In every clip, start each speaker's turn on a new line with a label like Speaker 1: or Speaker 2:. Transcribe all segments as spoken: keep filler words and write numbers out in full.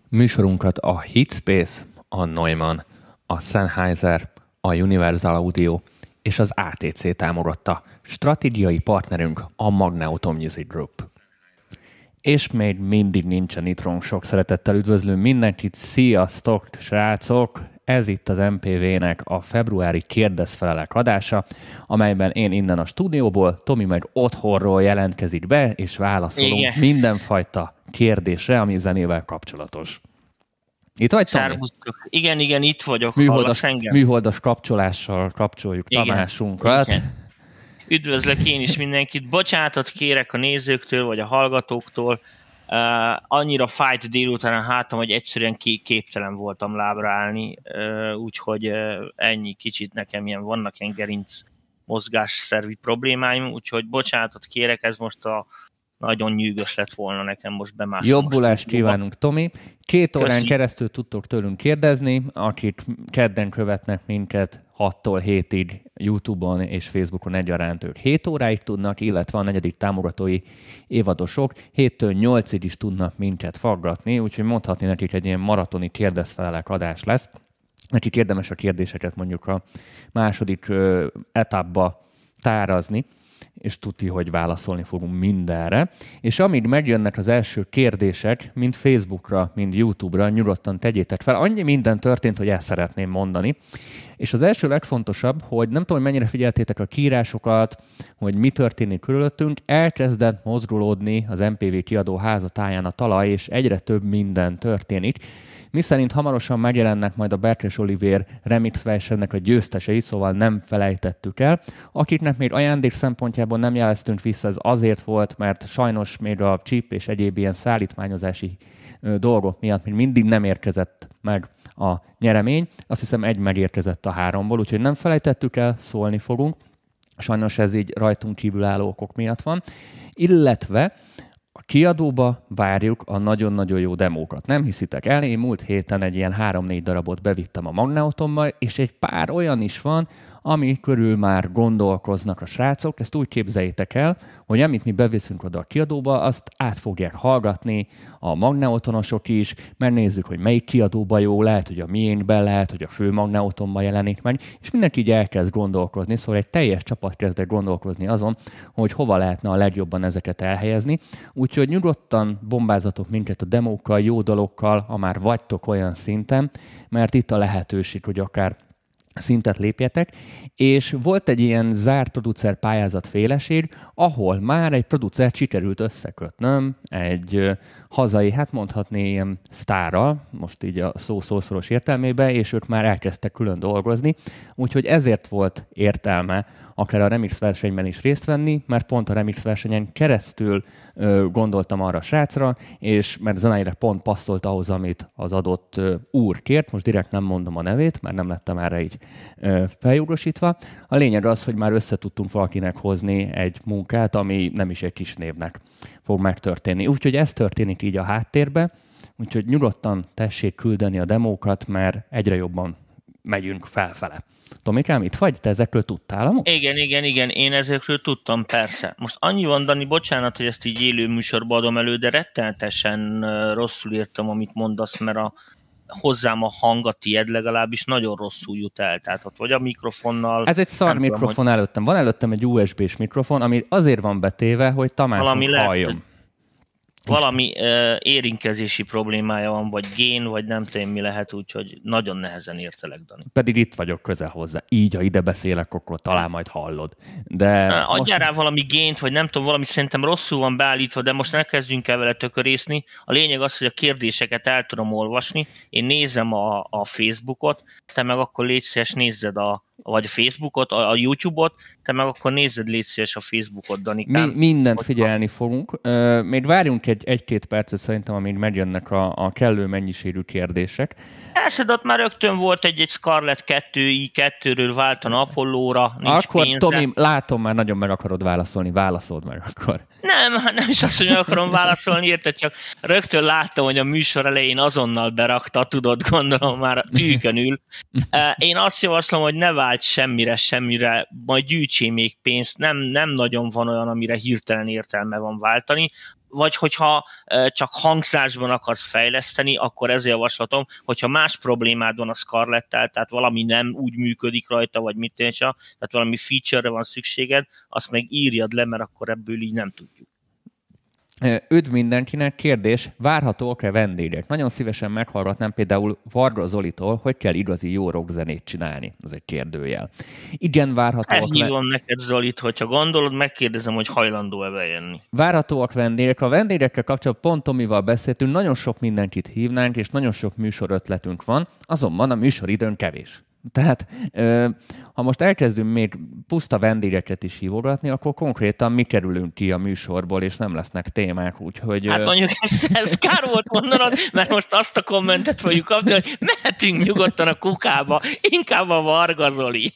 Speaker 1: Műsorunkat a Hitspace, a Neumann, a Sennheiser, a Universal Audio és az á té cé támogatta. Stratégiai partnerünk a Magnauton Music Group. És még mindig nincsen itthon, sok szeretettel üdvözlünk mindenkit. Sziasztok, srácok! Ez itt az em pé vé-nek a februári kérdezfelelek adása, amelyben én innen a stúdióból, Tomi meg otthonról jelentkezik be, és válaszolunk Igen. mindenfajta kérdésre, ami zenével kapcsolatos. Itt vagy, Tomi?
Speaker 2: Igen, igen, itt vagyok.
Speaker 1: Műholdas, műholdas kapcsolással kapcsoljuk igen. Tamásunkat. Igen.
Speaker 2: Üdvözlök én is mindenkit. Bocsánatot kérek a nézőktől, vagy a hallgatóktól. Uh, annyira fájt délután a hátam, hogy egyszerűen képtelen voltam lábra állni, uh, úgyhogy uh, ennyi kicsit nekem ilyen vannak ilyen gerinc mozgásszervi problémáim, úgyhogy bocsánatot kérek, ez most a nagyon nyűgös lett volna nekem most bemászni.
Speaker 1: Jobbulást kívánunk, Tomi. Két órán Köszi. keresztül tudtok tőlünk kérdezni, akik kedden követnek minket hattól hétig YouTube-on és Facebookon egyaránt ők hét óráig tudnak, illetve a negyedik támogatói évadosok héttől nyolcig is tudnak minket faggatni, úgyhogy mondhatni nekik egy ilyen maratoni kérdezfelelek adás lesz. Nekik érdemes a kérdéseket mondjuk a második ö, etapba tárazni, és tuti, hogy válaszolni fogunk mindenre. És amíg megjönnek az első kérdések, mind Facebookra, mind YouTube-ra, nyugodtan tegyétek fel. Annyi minden történt, hogy ezt szeretném mondani. És az első legfontosabb, hogy nem tudom, hogy mennyire figyeltétek a kiírásokat, hogy mi történik körülöttünk, elkezdett mozgulódni az em pé vé kiadó házatáján a talaj, és egyre több minden történik. Miszerint hamarosan megjelennek majd a Berkes Olivér remix versenynek a győztesei, szóval nem felejtettük el. Akiknek még ajándék szempontjából nem jeleztünk vissza, ez azért volt, mert sajnos még a chip és egyéb ilyen szállítmányozási ö, dolgok miatt még mindig nem érkezett meg a nyeremény. Azt hiszem egy megérkezett a háromból, úgyhogy nem felejtettük el, szólni fogunk. Sajnos ez így rajtunk kívülálló okok miatt van. Illetve a kiadóba várjuk a nagyon-nagyon jó demókat. Nem hiszitek el, én múlt héten egy ilyen három-négy darabot bevittem a Magnautonba, és egy pár olyan is van, ami körül már gondolkoznak a srácok. Ezt úgy képzeljétek el, hogy amit mi beviszünk oda a kiadóba, azt át fogják hallgatni a Magnautonosok is, megnézzük, hogy melyik kiadóba jó, lehet, hogy a miénkben, lehet, hogy a fő Magnautonban jelenik meg, és mindenki így elkezd gondolkozni, szóval egy teljes csapat kezd el gondolkozni azon, hogy hova lehetne a legjobban ezeket elhelyezni. Úgyhogy nyugodtan bombázatok minket a demókkal, jó dalokkal, ha már vagytok olyan szinten, mert itt a lehetőség, hogy akár szintet lépjetek, és volt egy ilyen zárt producer pályázat féleség, ahol már egy producert sikerült összekötnöm egy uh, hazai, hát mondhatni ilyen sztárral, most így a szó szószoros értelmében, és ők már elkezdtek külön dolgozni, úgyhogy ezért volt értelme akár a remix versenyben is részt venni, mert pont a remix versenyen keresztül ö, gondoltam arra a srácra, és mert zeneileg pont passzolt ahhoz, amit az adott ö, úr kért, most direkt nem mondom a nevét, mert nem lettem erre így ö, feljogosítva. A lényeg az, hogy már összetudtunk valakinek hozni egy munkát, ami nem is egy kis névnek fog megtörténni. Úgyhogy ez történik így a háttérbe, úgyhogy nyugodtan tessék küldeni a demókat, mert egyre jobban megyünk felfele. Tomikám, itt vagy? Te ezekről tudtál amúgy?
Speaker 2: Igen, igen, igen, én ezekről tudtam, persze. Most annyi van, Dani, bocsánat, hogy ezt így élő műsorba adom elő, de rettenetesen rosszul írtam, amit mondasz, mert a, hozzám a hang, a tied legalábbis nagyon rosszul jut el. Tehát ott vagy a mikrofonnal...
Speaker 1: Ez egy szar mikrofon tudom, hogy... előttem. Van előttem egy u es bé-s mikrofon, ami azért van betéve, hogy Tamásunk halljon.
Speaker 2: Valami uh, érinkezési problémája van, vagy gén, vagy nem tudom mi lehet, úgyhogy nagyon nehezen értelek, Dani.
Speaker 1: Pedig itt vagyok közel hozzá. Így, ha ide beszélek, akkor talán majd hallod. De
Speaker 2: uh, adjál most... rá valami gént, vagy nem tudom, valami szerintem rosszul van beállítva, de most ne kezdjünk el vele tökörészni. A lényeg az, hogy a kérdéseket el tudom olvasni. Én nézem a, a Facebookot, te meg akkor légy szíves, nézzed a vagy a Facebookot, a YouTube-ot, te meg akkor nézzed, légy szíves a Facebookot, Danikám.
Speaker 1: Mi mindent figyelni fogunk. Uh, még várjunk egy, egy-két percet szerintem, amíg megjönnek a, a kellő mennyiségű kérdések.
Speaker 2: Persze, ott már rögtön volt egy-egy Scarlett kettő i kettőről váltan Apollóra, nincs
Speaker 1: Akkor,
Speaker 2: pénzre.
Speaker 1: Tomi, látom, már nagyon meg akarod válaszolni, válaszold meg akkor.
Speaker 2: Nem, nem is azt, hogy meg akarom válaszolni, érted, csak rögtön láttam, hogy a műsor elején azonnal berakta, tudod, gondolom már a tűkön ül. Én azt javaslom, hogy ne vált semmire, semmire, majd gyűjtsé még pénzt, nem, nem nagyon van olyan, amire hirtelen értelme van váltani. vagy hogyha csak hangzásban akarsz fejleszteni, akkor ez javaslatom, hogyha más problémád van a Scarlettel, tehát valami nem úgy működik rajta, vagy mit tényleg, tehát valami feature-re van szükséged, azt meg írjad le, mert akkor ebből így nem tudjuk.
Speaker 1: Üdv mindenkinek, kérdés, várhatóak-e vendégek? Nagyon szívesen meghallgatnám például Varga Zolitól, hogy kell igazi jó rockzenét csinálni. Ez egy kérdőjel. Igen, várhatóak...
Speaker 2: Elhívom ve- neked Zolit, hogyha gondolod, megkérdezem, hogy hajlandó-e bejönni.
Speaker 1: Várhatóak vendégek. A vendégekkel kapcsolatban pont Tomival beszéltünk, nagyon sok mindenkit hívnánk, és nagyon sok műsorötletünk van, azonban a műsoridőn kevés. Tehát, ha most elkezdünk még puszta vendégeket is hívogatni, akkor konkrétan mi kerülünk ki a műsorból, és nem lesznek témák, úgyhogy...
Speaker 2: Hát mondjuk ezt, ezt kár volt mondanod, mert most azt a kommentet fogjuk kapni, hogy mehetünk nyugodtan a kukába, inkább a Varga Zoli.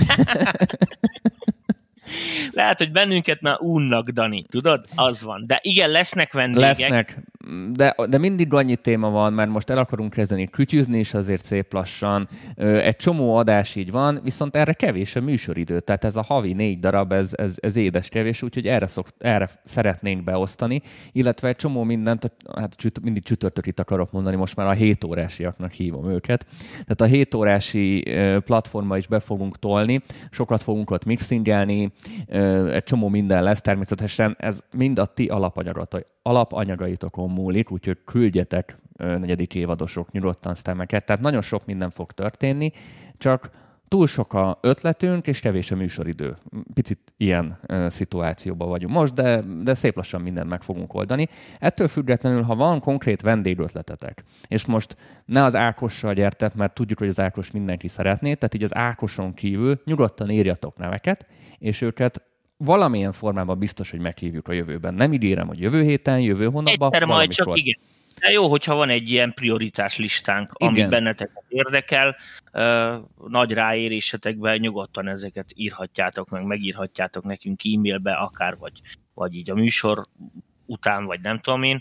Speaker 2: Lehet, hogy bennünket már unnak, Dani, tudod? Az van. De igen, lesznek vendégek.
Speaker 1: Lesznek, de, de mindig annyi téma van, mert most el akarunk kezdeni kütyüzni, és azért szép lassan. Egy csomó adás így van, viszont erre kevés a műsoridő. Tehát ez a havi négy darab, ez, ez, ez édes kevés, úgyhogy erre, szok, erre szeretnénk beosztani, illetve egy csomó mindent, hát mindig csütörtökit akarok mondani, most már a hét órásiaknak hívom őket. Tehát a hét órási platforma is be fogunk tolni, sokat fogunk ott mixingelni, egy csomó minden lesz, természetesen ez mind a ti alapanyagaitokon múlik, úgyhogy küldjetek negyedik évadosok nyugodtan sztemeket, tehát nagyon sok minden fog történni, csak túl sok a ötletünk, és kevés a műsoridő. Picit ilyen uh, szituációban vagyunk most, de, de szép lassan mindent meg fogunk oldani. Ettől függetlenül, ha van konkrét vendégötletetek, és most ne az Ákossal gyertek, mert tudjuk, hogy az Ákos mindenki szeretné, tehát így az Ákoson kívül nyugodtan írjatok neveket, és őket valamilyen formában biztos, hogy meghívjuk a jövőben. Nem ígérem, hogy jövő héten, jövő hónapban,
Speaker 2: egyszer majd csak igen. De jó, hogyha van egy ilyen prioritás listánk, ami igen. benneteket érdekel, nagy ráérésetekben nyugodtan ezeket írhatjátok meg, megírhatjátok nekünk e-mailbe, akár vagy, vagy így a műsor után, vagy nem tudom én.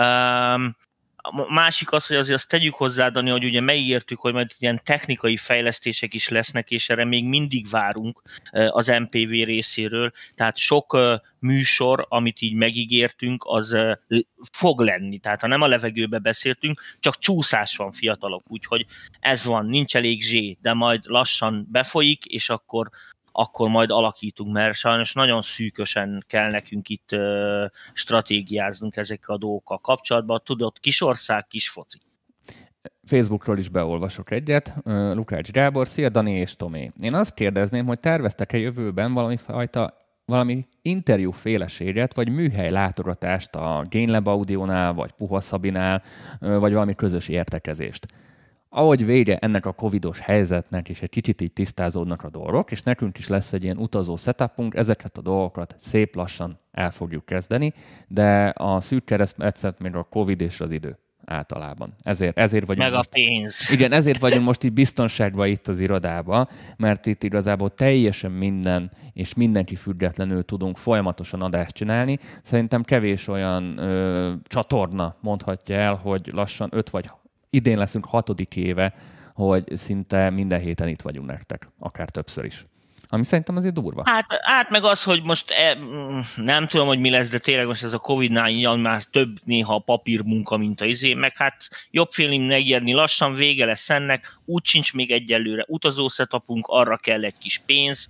Speaker 2: A másik az, hogy azért azt tegyük hozzá, Dani, hogy ugye megígértük, hogy majd ilyen technikai fejlesztések is lesznek, és erre még mindig várunk az em pé vé részéről. Tehát sok műsor, amit így megígértünk, az fog lenni. Tehát ha nem a levegőbe beszéltünk, csak csúszás van, fiatalok. Úgyhogy ez van, nincs elég zsé, de majd lassan befolyik, és akkor akkor majd alakítunk, mert sajnos nagyon szűkösen kell nekünk itt uh, stratégiáznunk ezekkel a dolgokkal kapcsolatban. Tudod, kis ország, kis foci.
Speaker 1: Facebookról is beolvasok egyet. Uh, Lukács Gábor, szia Dani és Tomé. Én azt kérdezném, hogy terveztek-e jövőben valami fajta, valami interjúféleséget, vagy műhely látogatást a GainLab Audionál, vagy Puha Szabinál, uh, vagy valami közös értekezést. Ahogy vége ennek a covidos helyzetnek, és egy kicsit így tisztázódnak a dolgok, és nekünk is lesz egy ilyen utazó setupunk, ezeket a dolgokat szép lassan el fogjuk kezdeni, de a szűk keresztmetszet még a Covid és az idő általában. Ezért, ezért vagyunk
Speaker 2: meg
Speaker 1: most,
Speaker 2: a pénz.
Speaker 1: Igen, ezért vagyunk most így biztonságban itt az irodában, mert itt igazából teljesen minden, és mindenki függetlenül tudunk folyamatosan adást csinálni. Szerintem kevés olyan ö, csatorna mondhatja el, hogy lassan öt vagy idén leszünk hatodik éve, hogy szinte minden héten itt vagyunk nektek, akár többször is. Ami szerintem azért durva.
Speaker 2: Hát, hát meg az, hogy most e, nem tudom, hogy mi lesz, de tényleg most ez a Covid-nál már több néha a papírmunka, mint a izé, meg hát jobb félni megijedni, lassan vége lesz ennek, úgy sincs még egyelőre utazó setupunk, arra kell egy kis pénz,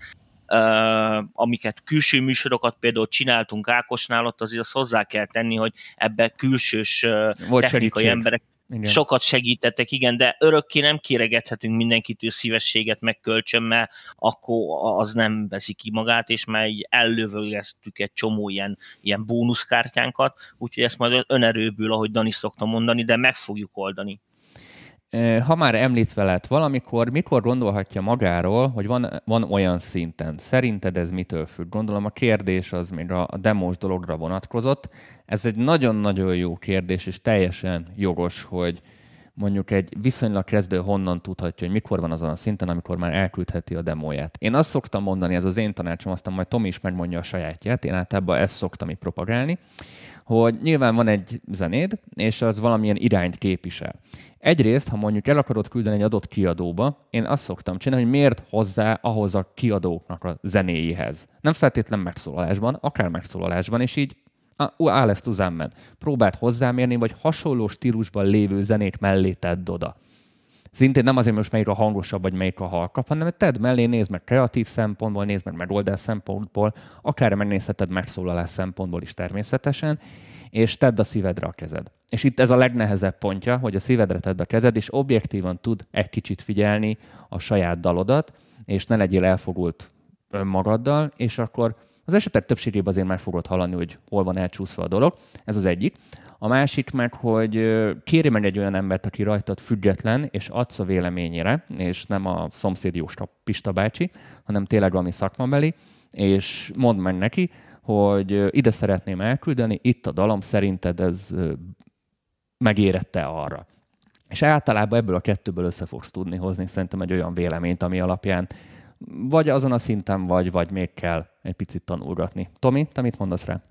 Speaker 2: Uh, amiket külső műsorokat például csináltunk Ákosnál, ott azért azt hozzá kell tenni, hogy ebben külsős uh, technikai
Speaker 1: segítség.
Speaker 2: emberek igen. sokat segítettek, igen, de örökké nem kéregethetünk mindenkitől szívességet megkölcsön, mert akkor az nem veszi ki magát, és már így ellövögeztük egy csomó ilyen, ilyen bónuszkártyánkat, úgyhogy ezt majd önerőből, ahogy Dani szokta mondani, de meg fogjuk oldani.
Speaker 1: Ha már említve lett valamikor, mikor gondolhatja magáról, hogy van, van olyan szinten? Szerinted ez mitől függ? Gondolom a kérdés az még a, a demos dologra vonatkozott. Ez egy nagyon-nagyon jó kérdés, és teljesen jogos, hogy mondjuk egy viszonylag kezdő honnan tudhatja, hogy mikor van azon a szinten, amikor már elküldheti a demóját. Én azt szoktam mondani, ez az én tanácsom, aztán majd Tomi is megmondja a sajátját, én általában ezt szoktam így propagálni, hogy nyilván van egy zenéd, és az valamilyen irányt képvisel. Egyrészt, ha mondjuk el akarod küldeni egy adott kiadóba, én azt szoktam csinálni, hogy miért hozzá ahhoz a kiadóknak a zenéjéhez. Nem feltétlen megszólalásban, akár megszólalásban, és így alles zusammen. Próbáld hozzámérni, vagy hasonló stílusban lévő zenét mellé tedd oda. Szintén nem azért most melyik a hangosabb, vagy melyik a halkabb, hanem tedd mellé, nézd meg kreatív szempontból, nézd meg megoldás szempontból, akár megnézheted megszólalás szempontból is természetesen, és tedd a szívedre a kezed. És itt ez a legnehezebb pontja, hogy a szívedre tedd a kezed, és objektívan tud egy kicsit figyelni a saját dalodat, és ne legyél elfogult önmagaddal, és akkor az esetek többségében azért meg fogod hallani, hogy hol van elcsúszva a dolog. Ez az egyik. A másik meg, hogy kérj meg egy olyan embert, aki rajtad független, és adsz a véleményére, és nem a szomszéd Jóska Pista bácsi, hanem tényleg valami szakmabeli, és mondd meg neki, hogy ide szeretném elküldeni, itt a dalom, szerinted ez megérette arra. És általában ebből a kettőből össze fogsz tudni hozni szerintem egy olyan véleményt, ami alapján vagy azon a szinten vagy, vagy még kell egy picit tanulgatni. Tomi, te mit mondasz rá?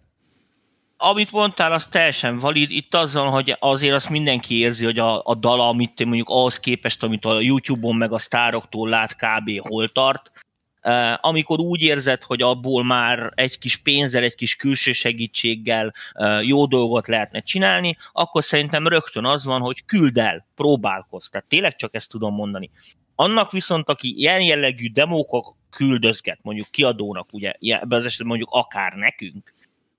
Speaker 2: Amit mondtál, az teljesen valid. Itt azzal, hogy azért azt mindenki érzi, hogy a, a dala, amit mondjuk ahhoz képest, amit a YouTube-on meg a sztároktól lát, kb. Hol tart. Uh, amikor úgy érzed, hogy abból már egy kis pénzzel, egy kis külső segítséggel uh, jó dolgot lehetne csinálni, akkor szerintem rögtön az van, hogy küld el, próbálkozz. Tehát tényleg csak ezt tudom mondani. Annak viszont, aki ilyen jellegű demókat küldözget, mondjuk kiadónak, ugye, ebben az esetben mondjuk akár nekünk,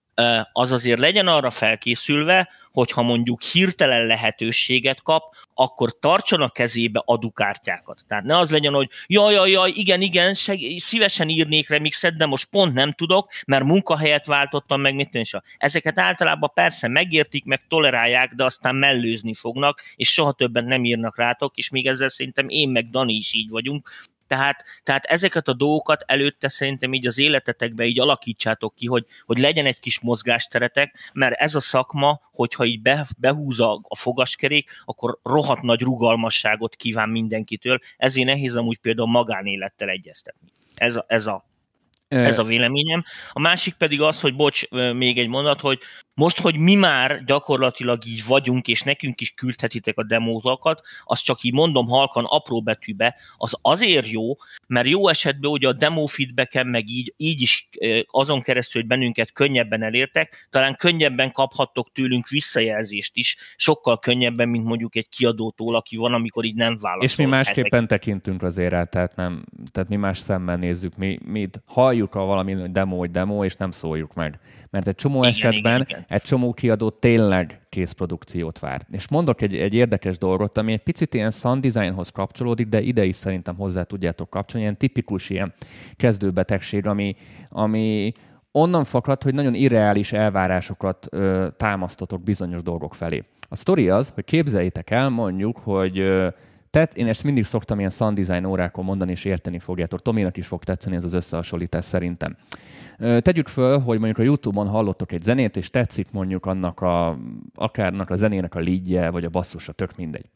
Speaker 2: az azért legyen arra felkészülve, hogyha mondjuk hirtelen lehetőséget kap, akkor tartson a kezébe adukártyákat. Tehát ne az legyen, hogy jaj, jaj, jaj, igen, igen, seg- szívesen írnék remixet, de most pont nem tudok, mert munkahelyet váltottam meg, mit tűnse. Ezeket általában persze megértik, meg tolerálják, de aztán mellőzni fognak, és soha többen nem írnak rátok, és még ezzel szerintem én meg Dani is így vagyunk. Tehát, tehát ezeket a dolgokat előtte szerintem így az életetekben így alakítsátok ki, hogy, hogy legyen egy kis mozgásteretek, mert ez a szakma, hogyha így be, behúzza a fogaskerék, akkor rohadt nagy rugalmasságot kíván mindenkitől, ezért nehéz amúgy például magánélettel egyeztetni. Ez a, ez a, ez a véleményem. A másik pedig az, hogy bocs, még egy mondat, hogy most, hogy mi már gyakorlatilag így vagyunk, és nekünk is küldhetitek a demózakat, azt csak így mondom halkan, apró betűbe, az azért jó, mert jó esetben ugye a demo feedbacken meg így, így is azon keresztül, hogy bennünket könnyebben elértek, talán könnyebben kaphattok tőlünk visszajelzést is, sokkal könnyebben, mint mondjuk egy kiadótól, aki van, amikor így nem válaszol.
Speaker 1: És mi másképpen hetek. tekintünk azért rá, tehát, nem, tehát mi más szemmel nézzük, mi, mi halljuk a valami demo, hogy demo, és nem szóljuk meg. Mert egy csomó igen, esetben igen, igen. Egy csomó kiadó tényleg készprodukciót vár. És mondok egy, egy érdekes dolgot, ami egy picit ilyen sound designhoz kapcsolódik, de ide is szerintem hozzá tudjátok kapcsolni. Ilyen tipikus ilyen kezdőbetegség, ami, ami onnan fakad, hogy nagyon irreális elvárásokat ö, támasztotok bizonyos dolgok felé. A sztori az, hogy képzeljétek el mondjuk, hogy ö, tehát én ezt mindig szoktam ilyen sound design órákon mondani, és érteni fogjátok. Tominak is fog tetszeni ez az összehasonlítás szerintem. Tegyük föl, hogy mondjuk a YouTube-on hallottok egy zenét, és tetszik mondjuk annak a, akárnak a zenének a leadje, vagy a basszusa, tök mindegy.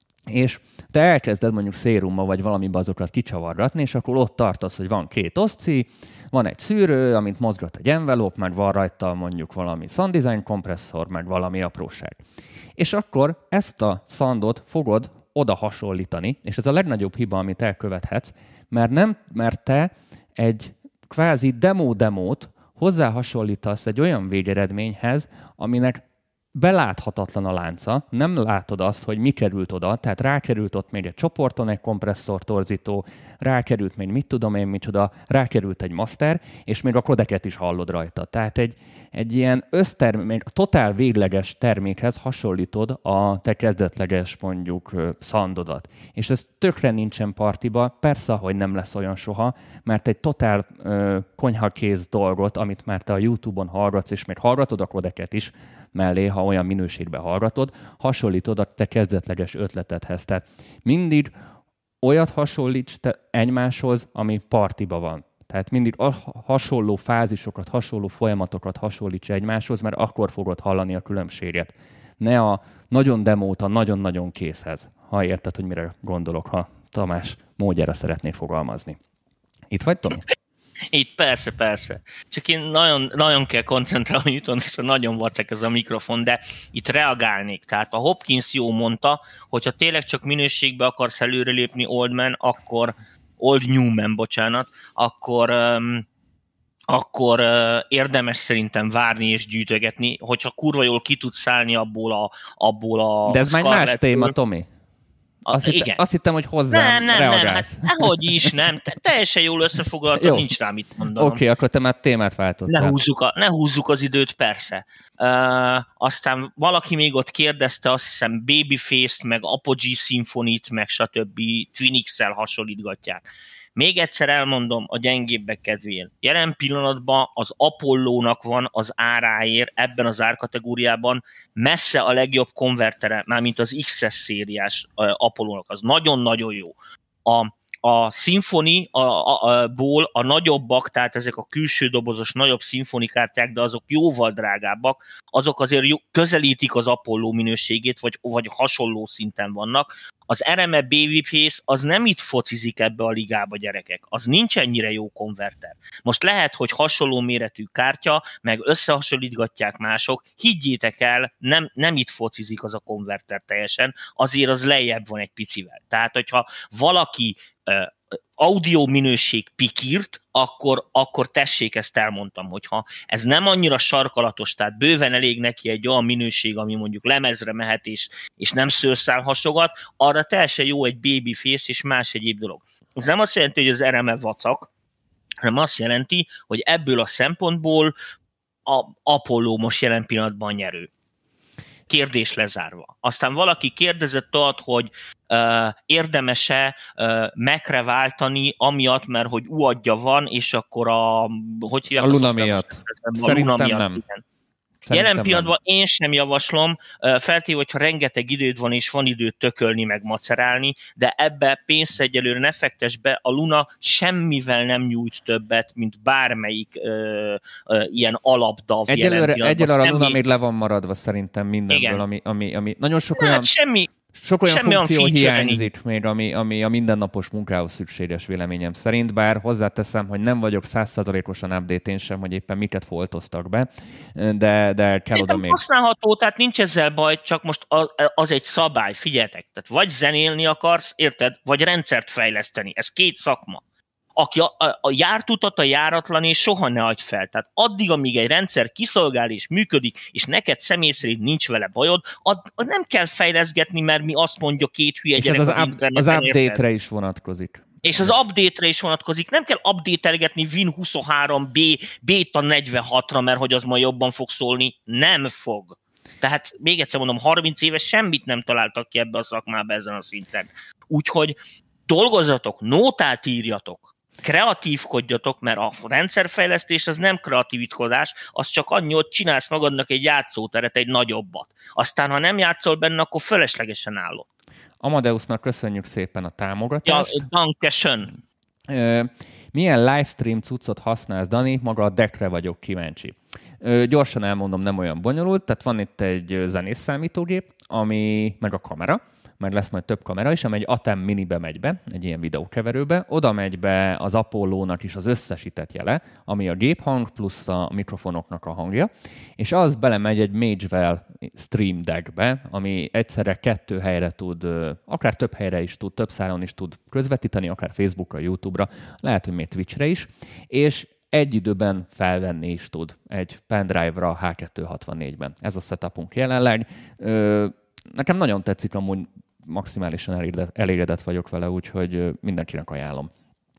Speaker 1: És te elkezded mondjuk szérummal, vagy valamiben azokat kicsavargatni, és akkor ott tartasz, hogy van két oszci, van egy szűrő, amit mozgat egy envelope, meg van rajta mondjuk valami sound design kompresszor, meg valami apróság. És akkor ezt a soundot fogod oda hasonlítani, és ez a legnagyobb hiba, amit elkövethetsz, mert, nem, mert te egy kvázi demo-demót hozzá hasonlítasz egy olyan végeredményhez, aminek beláthatatlan a lánca, nem látod azt, hogy mi került oda, tehát rákerült ott még egy csoporton egy kompresszortorzító, rákerült még mit tudom én micsoda, rákerült egy master, és még a kodeket is hallod rajta. Tehát egy, egy ilyen össztermék, totál végleges termékhez hasonlítod a te kezdetleges mondjuk soundodat. És ez tökre nincsen partiba, persze, hogy nem lesz olyan soha, mert egy totál ö, konyhakész dolgot, amit már te a YouTube-on hallgatsz, és még hallgatod a kodeket is mellé, ha olyan minőségben hallgatod, hasonlítod a te kezdetleges ötletedhez. Tehát mindig olyat hasonlíts te egymáshoz, ami partiba van. Tehát mindig hasonló fázisokat, hasonló folyamatokat hasonlíts egymáshoz, mert akkor fogod hallani a különbséget. Ne a nagyon demót a nagyon-nagyon készhez, ha érted, hogy mire gondolok, ha Tamás módjára szeretnék fogalmazni. Itt vagy, Tomi?
Speaker 2: Itt persze, persze. Csak én nagyon, nagyon kell koncentrálni, jutott, hogy nagyon vacek ez a mikrofon, de itt reagálnék. Tehát a Hopkins jó mondta, hogyha tényleg csak minőségbe akarsz előrelépni Old Man, akkor Old Newman, bocsánat, akkor, um, akkor uh, érdemes szerintem várni és gyűjtögetni, hogyha kurva jól ki tudsz szállni abból a, abból a
Speaker 1: De ez már más téma, Tomi. Azt,
Speaker 2: a,
Speaker 1: hitt, azt hittem, hogy hozzám
Speaker 2: nem, nem,
Speaker 1: reagálsz.
Speaker 2: Nem, hát nehogy is, nem. Te, teljesen jól összefoglaltad, nincs rá mit mondanom.
Speaker 1: Oké, okay, akkor te már témát váltottál.
Speaker 2: Ne húzzuk, a, ne húzzuk az időt, persze. Uh, aztán valaki még ott kérdezte, azt hiszem Babyface-t, meg Apogee Symphony-t, meg stb. Twin X-el hasonlítgatják. Még egyszer elmondom a gyengébbek kedvéért. Jelen pillanatban az Apollónak van az áráért ebben az árkategóriában messze a legjobb konvertere, mármint az iksz es szériás Apollónak. Az nagyon-nagyon jó. A, a Symphony a, a, a, ból a nagyobbak, tehát ezek a külső dobozos nagyobb szimfonikártyák, de azok jóval drágábbak, azok azért jó, közelítik az Apollo minőségét, vagy, vagy hasonló szinten vannak. Az er em e Babyface az nem itt focizik ebbe a ligába, gyerekek. Az nincs ennyire jó konverter. Most lehet, hogy hasonló méretű kártya, meg összehasonlítgatják mások, higgyétek el, nem, nem itt focizik az a konverter teljesen, azért az lejjebb van egy picivel. Tehát, hogyha valaki uh, audio minőség pikírt, akkor, akkor tessék, ezt elmondtam, hogyha ez nem annyira sarkalatos, tehát bőven elég neki egy olyan minőség, ami mondjuk lemezre mehet, és, és nem szőrszál hasogat, arra teljesen jó egy Babyface és más egyéb dolog. Ez nem azt jelenti, hogy az er em e vacak, hanem azt jelenti, hogy ebből a szempontból a Apollo most jelen pillanatban nyerő. Kérdés lezárva. Aztán valaki kérdezett ott, hogy uh, érdemes-e uh, Mac-re váltani, amiatt, mert hogy u adja van, és akkor a... Hogy
Speaker 1: a Luna miatt.
Speaker 2: A Luna miatt, nem. Igen. Jelen pillanatban én sem javaslom, feltéve, hogyha rengeteg időd van, és van időt tökölni, meg macerálni, de ebbe pénzt egyelőre ne fektess be, a Luna semmivel nem nyújt többet, mint bármelyik ö, ö, ilyen alapdav
Speaker 1: egyelőre,
Speaker 2: jelen pillanatban.
Speaker 1: Egyelőre a Luna még le van maradva szerintem mindenből, ami, ami, ami nagyon sok olyan...
Speaker 2: Hát semmi...
Speaker 1: Sok olyan
Speaker 2: Semmi
Speaker 1: funkció
Speaker 2: olyan
Speaker 1: hiányzik még, ami, ami a mindennapos munkához szükséges véleményem szerint, bár hozzáteszem, hogy nem vagyok száz százalékosan update-én sem, hogy éppen miket foltoztak be, de, de kell oda még.
Speaker 2: Használható, tehát nincs ezzel baj, csak most az egy szabály, figyeljetek, tehát vagy zenélni akarsz, érted, vagy rendszert fejleszteni, ez két szakma. Aki a, a, a jártutat a járatlan, és soha ne adj fel. Tehát addig, amíg egy rendszer kiszolgál és működik, és neked személy szerint nincs vele bajod, ad, nem kell fejleszgetni, mert mi azt mondja két hülye gyerek
Speaker 1: az,
Speaker 2: az,
Speaker 1: az
Speaker 2: interneten.
Speaker 1: Az update-re is vonatkozik.
Speaker 2: És az update-re is vonatkozik. Nem kell update-elgetni Win huszonhárom B Beta negyvenhatra, mert hogy az majd jobban fog szólni. Nem fog. Tehát még egyszer mondom, harminc éves semmit nem találtak ki ebbe a szakmába ezen a szinten. Úgyhogy dolgozzatok, nótát írjatok, kreatívkodjatok, mert a rendszerfejlesztés az nem kreatívkodás, az csak annyi, hogy csinálsz magadnak egy játszóteret, egy nagyobbat. Aztán, ha nem játszol benne, akkor feleslegesen állod.
Speaker 1: Amadeusnak köszönjük szépen a támogatást.
Speaker 2: Ja, dankeschön.
Speaker 1: Milyen livestream cuccot használsz, Dani? Maga a deckre vagyok kíváncsi. Gyorsan elmondom, nem olyan bonyolult, tehát van itt egy zenész számítógép, ami meg a kamera, meg lesz majd több kamera is, amely egy Atem Minibe megy be, egy ilyen videókeverőbe, oda megy be az Apollónak is az összesített jele, ami a géphang plusz a mikrofonoknak a hangja, és az belemegy egy Magewell Stream Deckbe, ami egyszerre kettő helyre tud, akár több helyre is tud, több szálon is tud közvetíteni, akár Facebookra, YouTube-ra, lehet, hogy még Twitchre is, és egy időben felvenni is tud egy pendrive-ra há kétszázhatvannégyben. Ez a setupunk jelenleg. Nekem nagyon tetszik, amúgy maximálisan elégedett, elégedett vagyok vele, úgyhogy mindenkinek ajánlom.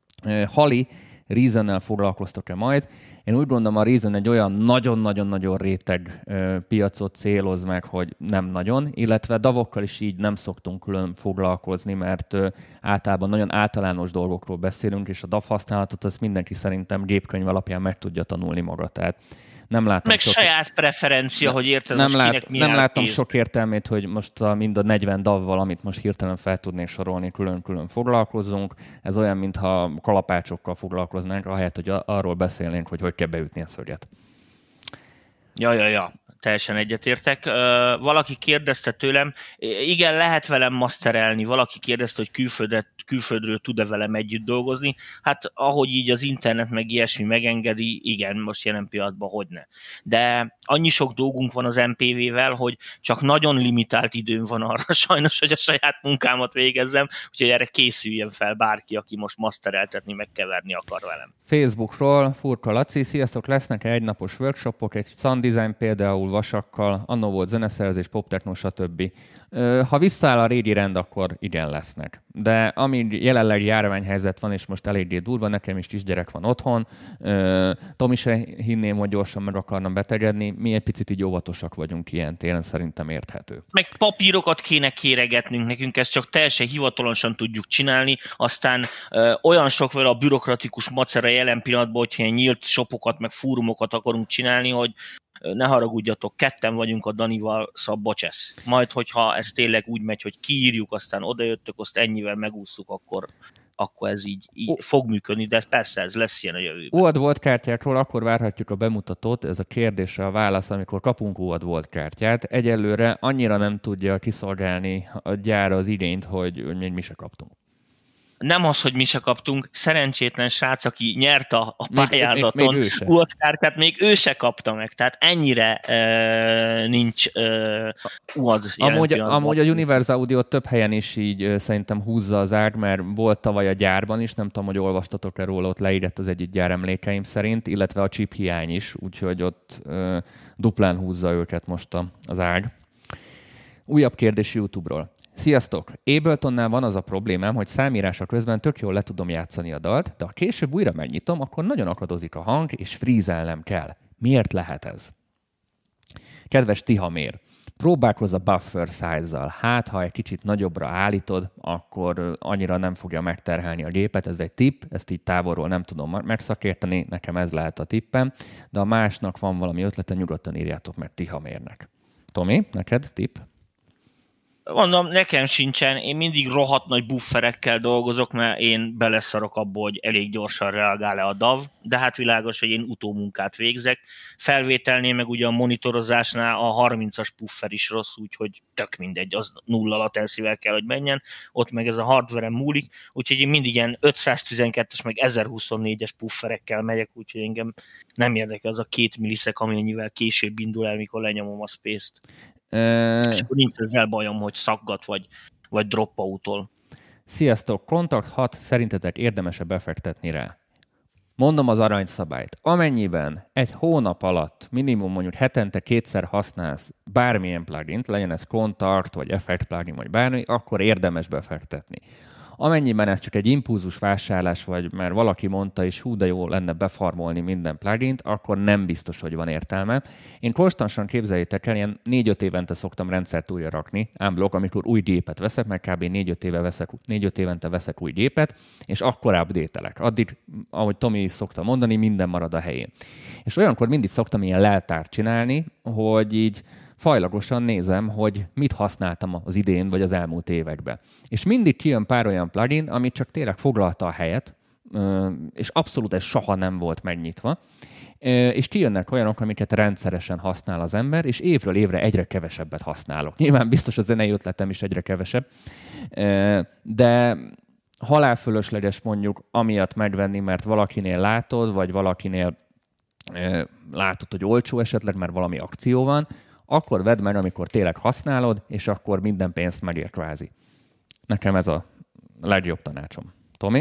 Speaker 1: Hali, Reason-nel foglalkoztok-e majd? Én úgy gondolom, a Reason egy olyan nagyon-nagyon-nagyon réteg piacot céloz meg, hogy nem nagyon, illetve davokkal is így nem szoktunk külön foglalkozni, mert általában nagyon általános dolgokról beszélünk, és a dav használatot azt mindenki szerintem gépkönyv alapján meg tudja tanulni maga. Tehát nem látom
Speaker 2: meg
Speaker 1: sok...
Speaker 2: saját preferencia, hogy érted,
Speaker 1: nem
Speaker 2: most
Speaker 1: lát,
Speaker 2: kinek mi
Speaker 1: Nem látom
Speaker 2: kéz.
Speaker 1: sok értelmét, hogy most a, mind a negyven davval, amit most hirtelen fel tudnék sorolni, külön-külön foglalkozzunk. Ez olyan, mintha kalapácsokkal foglalkoznánk, ahelyett, hogy arról beszélnénk, hogy hogy kell beütni a szöget.
Speaker 2: Ja, ja, ja. Teljesen egyetértek. Uh, valaki kérdezte tőlem, igen, lehet velem masterelni, valaki kérdezte, hogy külföldet, külföldről tud-e velem együtt dolgozni. Hát ahogy így az internet meg ilyesmi megengedi, igen, most jelen pillanatban hogyne. De annyi sok dolgunk van az em pé vé-vel, hogy csak nagyon limitált időm van arra sajnos, hogy a saját munkámat végezzem, úgyhogy erre készüljen fel bárki, aki most mastereltetni, megkeverni akar velem.
Speaker 1: Facebookról Furka Laci, sziasztok, lesznek egynapos workshopok, egy sound design például vasakkal, annó volt zeneszerzés, poptechnó, stb. Ha visszaáll a régi rend, akkor igen lesznek. De ami jelenleg járványhelyzet van, és most eléggé durva, nekem is kisgyerek van otthon, Tomi se hinném, hogy gyorsan meg akarna betegedni, mi egy picit így óvatosak vagyunk ilyen téren, szerintem érthető.
Speaker 2: Meg papírokat kéne kéregetnünk, nekünk ezt csak teljesen hivatalosan tudjuk csinálni, aztán ö, olyan sok vele a bürokratikus macera jelen pillanatban, hogyha ilyen nyílt shopokat, meg fórumokat akarunk csinálni, hogy ne haragudjatok, ketten vagyunk a Danival, szóval bocsesz. Majd, hogyha ez tényleg úgy megy, hogy kiírjuk, aztán odajöttök, azt ennyivel megússzuk, akkor, akkor ez így, így oh. fog működni, de persze ez lesz ilyen a jövőben.
Speaker 1: u á dé Volt kártyákról akkor várhatjuk a bemutatót, ez a kérdésre a válasz, amikor kapunk u á dé Volt kártyát. Egyelőre annyira nem tudja kiszolgálni a gyár az igényt, hogy, hogy még mi se kaptunk.
Speaker 2: Nem az, hogy mi se kaptunk, szerencsétlen srác, aki nyert a, a pályázaton
Speaker 1: még, még, még
Speaker 2: u á dé kártyát, még ő se kapta meg. Tehát ennyire e, nincs e, u á dé
Speaker 1: amúgy, amúgy a Universal Audio több helyen is így e, szerintem húzza az ág, mert volt tavaly a gyárban is, nem tudom, hogy olvastatok-e róla, ott leírett az egyik gyár emlékeim szerint, illetve a chip hiány is, úgyhogy ott e, duplán húzza őket most a, az ág. Újabb kérdés YouTube-ról. Sziasztok! Abletonnál van az a problémám, hogy számírása közben tök jól le tudom játszani a dalt, de ha később újra megnyitom, akkor nagyon akadozik a hang, és frízelnem kell. Miért lehet ez? Kedves Tihamér, próbálkozz a buffer size-zal. Hát, ha egy kicsit nagyobbra állítod, akkor annyira nem fogja megterhelni a gépet. Ez egy tipp, ezt így távolról nem tudom megszakérteni, nekem ez lehet a tippem, de a másnak van valami ötlete, nyugodtan írjátok meg Tihamérnek. Tomi, neked tipp?
Speaker 2: Mondom, nekem sincsen, én mindig rohadt nagy bufferekkel dolgozok, mert én beleszarok abból, hogy elég gyorsan reagál-e a dé á vé, de hát világos, hogy én utómunkát végzek. Felvételnél meg ugye a monitorozásnál a harmincas buffer is rossz, úgyhogy tök mindegy, az nulla latencyvel kell, hogy menjen, ott meg ez a hardware-en múlik, úgyhogy én mindig ilyen ötszáztizenkettes meg ezerhuszonnégyes bufferekkel megyek, úgyhogy engem nem érdekel az a két milliszek, amennyivel később indul el, mikor lenyomom a space-t. Uh, és akkor nincs ezzel bajom, hogy szaggat, vagy, vagy dropout-tól.
Speaker 1: Sziasztok! Kontakt hat szerintetek érdemes-e befektetni rá? Mondom az aranyszabályt. Amennyiben egy hónap alatt minimum mondjuk hetente kétszer használsz bármilyen plugint, legyen ez Kontakt, vagy Effect plugin, vagy bármi, akkor érdemes befektetni. Amennyiben ez csak egy impulzus vásárlás, vagy mert valaki mondta, és hú, de jó lenne befarmolni minden plugint, akkor nem biztos, hogy van értelme. Én konstansan, képzeljétek el, ilyen négy-öt évente szoktam rendszert újra rakni, unblock, amikor új gépet veszek, meg kb. négy-öt éve veszek, négy-öt évente veszek új gépet, és akkor update-elek. Addig, ahogy Tomi is szokta mondani, minden marad a helyén. És olyankor mindig szoktam ilyen leltárt csinálni, hogy így fajlagosan nézem, hogy mit használtam az idén vagy az elmúlt években. És mindig kijön pár olyan plugin, ami csak tényleg foglalta a helyet, és abszolút ez soha nem volt megnyitva, és kijönnek olyanok, amiket rendszeresen használ az ember, és évről évre egyre kevesebbet használok. Nyilván biztos a zenei ötletem is egyre kevesebb, de halálfölösleges mondjuk amiatt megvenni, mert valakinél látod, vagy valakinél látod, hogy olcsó esetleg, mert valami akció van, akkor vedd meg, amikor tényleg használod, és akkor minden pénzt megér kvázi. Nekem ez a legjobb tanácsom. Tomi?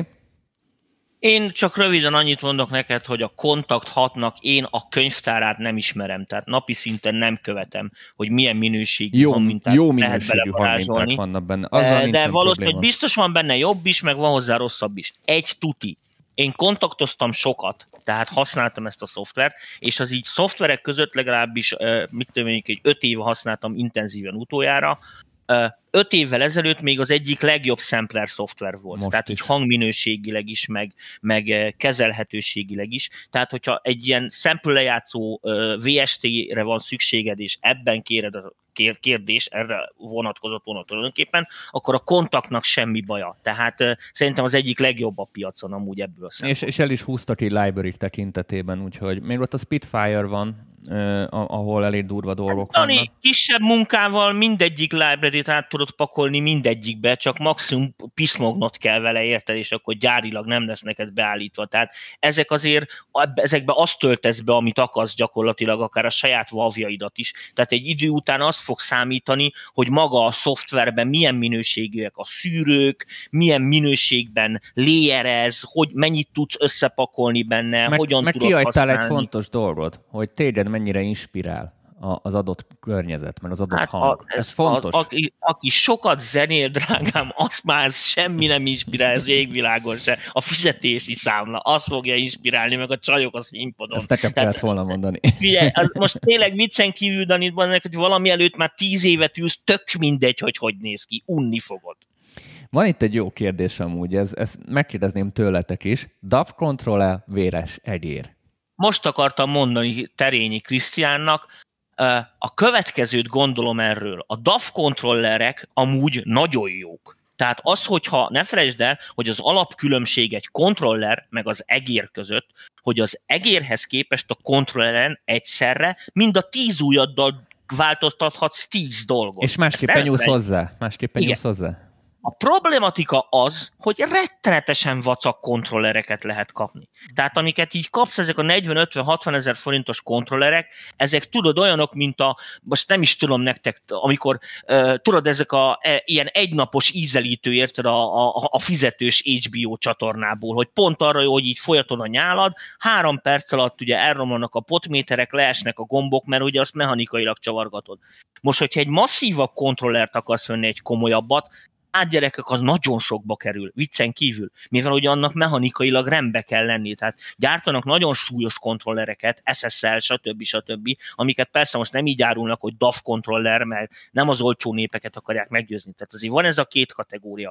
Speaker 2: Én csak röviden annyit mondok neked, hogy a Kontakt hatnak én a könyvtárát nem ismerem, tehát napi szinten nem követem, hogy milyen minőségű
Speaker 1: jó,
Speaker 2: hangmintát
Speaker 1: jó
Speaker 2: lehet belevarázsolni.
Speaker 1: Vannak benne. Azzal
Speaker 2: de valószínűleg biztos van benne jobb is, meg van hozzá rosszabb is. Egy tuti. Én kontaktoztam sokat, tehát használtam ezt a szoftvert, és az így szoftverek között legalábbis, mit tudom én, egy öt éve használtam intenzíven utoljára. Öt évvel ezelőtt még az egyik legjobb sampler szoftver volt. Most tehát is. Így hangminőségileg is, meg, meg kezelhetőségileg is. Tehát, hogyha egy ilyen sample lejátszó vé es té-re van szükséged, és ebben kéred a kérdés, erre vonatkozott volna tulajdonképpen, akkor a kontaktnak semmi baja. Tehát uh, szerintem az egyik legjobb a piacon amúgy ebből a
Speaker 1: és, és el is húztak egy library tekintetében, úgyhogy még ott a Spitfire van, uh, ahol elég durva dolgok
Speaker 2: Dani,
Speaker 1: vannak.
Speaker 2: Kisebb munkával mindegyik library-t át tudod pakolni mindegyikbe, csak maximum piszmognot kell vele, érted, és akkor gyárilag nem lesz neked beállítva. Tehát ezek azért, ezekbe azt töltesz be, amit akarsz gyakorlatilag, akár a saját valvjaidat is. Tehát egy idő után azt fog számítani, hogy maga a szoftverben milyen minőségűek a szűrők, milyen minőségben layerez, hogy mennyit tudsz összepakolni benne,
Speaker 1: meg,
Speaker 2: hogyan
Speaker 1: meg
Speaker 2: tudod használni.
Speaker 1: Meg kihagytál egy fontos dolgot, hogy téged mennyire inspirál az adott környezet, meg az adott hát hang. A, ez, ez fontos.
Speaker 2: Az, aki, aki sokat zenél, drágám, azt már semmi nem inspirál az égvilágon se. A fizetési számla, az fogja inspirálni, meg a csajok a színpadon.
Speaker 1: Ezt nekem kellett volna mondani.
Speaker 2: Figyelj, az most tényleg viccen kívül, Danit, hogy valami előtt már tíz évet ülsz, tök mindegy, hogy hogy néz ki, unni fogod.
Speaker 1: Van itt egy jó kérdés amúgy, ez, ezt megkérdezném tőletek is. dé á vé Control-e véres egér?
Speaker 2: Most akartam mondani Terényi Krisztiánnak, a következőt gondolom erről. A dé á vé kontrollerek amúgy nagyon jók. Tehát az, hogyha ne felejtsd el, hogy az alapkülönbség egy kontroller meg az egér között, hogy az egérhez képest a kontrolleren egyszerre mind a tíz ujjaddal változtathatsz tíz dolgot.
Speaker 1: És másképpen nyúlsz hozzá. Másképpen nyúlsz hozzá.
Speaker 2: A problematika az, hogy rettenetesen vacak kontrollereket lehet kapni. Tehát amiket így kapsz, ezek a negyven ötven hatvan ezer forintos kontrollerek, ezek tudod olyanok, mint a, most nem is tudom nektek, amikor uh, tudod, ezek a e, ilyen egynapos ízelítő, érted, a, a, a fizetős há bé ó csatornából, hogy pont arra jó, hogy így folyatod a nyálad, három perc alatt ugye elromlanak a potméterek, leesnek a gombok, mert ugye azt mechanikailag csavargatod. Most, hogyha egy masszívabb kontrollert akarsz venni, egy komolyabbat, hát gyerekek, az nagyon sokba kerül, viccen kívül, mivel ugye annak mechanikailag rendbe kell lenni, tehát gyártanak nagyon súlyos kontrollereket, es es el, stb. stb., amiket persze most nem így árulnak, hogy dé á vé kontroller, mert nem az olcsó népeket akarják meggyőzni, tehát azért van ez a két kategória.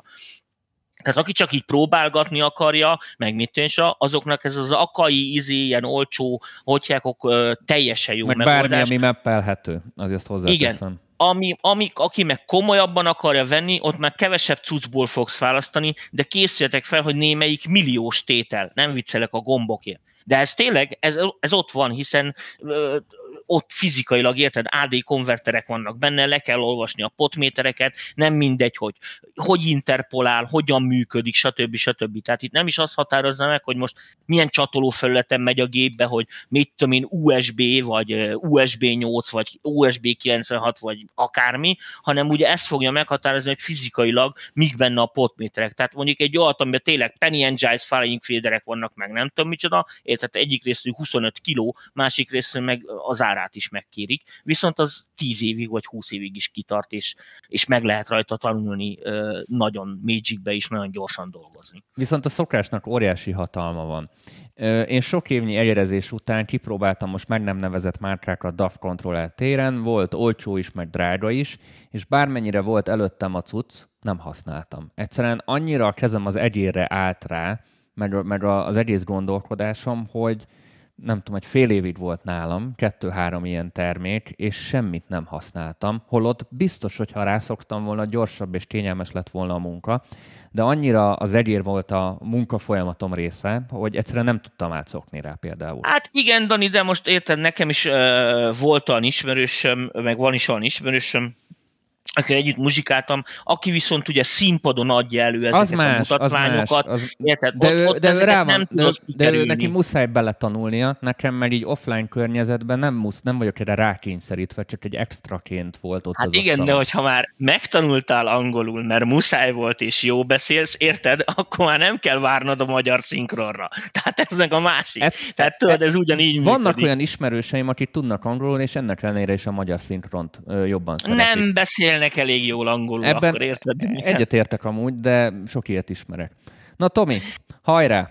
Speaker 2: Tehát aki csak így próbálgatni akarja, meg mit tűnse, azoknak ez az akai, izé, ilyen olcsó, hogyjákok, teljesen jó
Speaker 1: meg
Speaker 2: megoldás.
Speaker 1: Bármi, ami meppelhető, azért ezt hozzáteszem.
Speaker 2: Igen. Ami, ami, aki meg komolyabban akarja venni, ott már kevesebb cuccból fogsz választani, de készüljetek fel, hogy némelyik milliós tétel, nem viccelek a gombokért. De ez tényleg, ez, ez ott van, hiszen ö, ott fizikailag, érted, á dé konverterek vannak benne, le kell olvasni a potmétereket, nem mindegy, hogy hogy interpolál, hogyan működik, stb. stb. Tehát itt nem is azt határozza meg, hogy most milyen csatolófelületen megy a gépbe, hogy mit tudom én, u es bé, vagy u es bé nyolc, vagy u es bé kilencvenhat, vagy akármi, hanem ugye ezt fogja meghatározni, hogy fizikailag mik benne a potméterek. Tehát mondjuk egy olyat, amiben tényleg Penny and Giles firing faderek vannak, meg nem tudom micsoda, tehát egyik részről huszonöt kiló, másik részről meg az árát is megkérik, viszont az tíz évig vagy húsz évig is kitart, és, és meg lehet rajta tanulni nagyon Magic-be is, nagyon gyorsan dolgozni.
Speaker 1: Viszont a szokásnak óriási hatalma van. Én sok évnyi elérezés után kipróbáltam most meg nem nevezett márkákat dé á vé Controller téren, volt olcsó is, meg drága is, és bármennyire volt előttem a cucc, nem használtam. Egyszerűen annyira a kezem az egérre állt rá, meg, meg az egész gondolkodásom, hogy nem tudom, egy fél évig volt nálam, kettő-három ilyen termék, és semmit nem használtam, holott biztos, hogyha rászoktam volna, gyorsabb és kényelmes lett volna a munka, de annyira az egér volt a munkafolyamatom része, hogy egyszerűen nem tudtam átszokni rá például.
Speaker 2: Hát igen, Dani, de most érted, nekem is uh, volt olyan ismerősöm, meg van is olyan ismerősöm, akikkel együtt muzsikáltam, aki viszont ugye színpadon adja elő ezeket
Speaker 1: az más,
Speaker 2: a mutatványokat.
Speaker 1: Az más, az...
Speaker 2: Érted?
Speaker 1: De,
Speaker 2: ott,
Speaker 1: ő,
Speaker 2: ott
Speaker 1: de, ő rá van,
Speaker 2: nem
Speaker 1: de, de ő neki
Speaker 2: kerülni.
Speaker 1: muszáj beletanulnia, nekem meg így offline környezetben nem, musz, nem vagyok erre rákényszerítve, csak egy extraként volt ott
Speaker 2: hát
Speaker 1: az
Speaker 2: igen,
Speaker 1: asztalon.
Speaker 2: de hogyha már megtanultál angolul, mert muszáj volt és jó beszélsz, érted? Akkor már nem kell várnod a magyar szinkronra. Tehát ez meg a másik. Et, Tehát tudod, ez ugyanígy
Speaker 1: vannak
Speaker 2: működik.
Speaker 1: olyan ismerőseim, akik tudnak angolul, és ennek ellenére is a magyar szinkront ö, jobban szeretik.
Speaker 2: Nem beszélnek elég jól angolul,
Speaker 1: ebben
Speaker 2: akkor érted?
Speaker 1: egyetértek amúgy, de sok ilyet ismerek. Na Tomi, hajrá!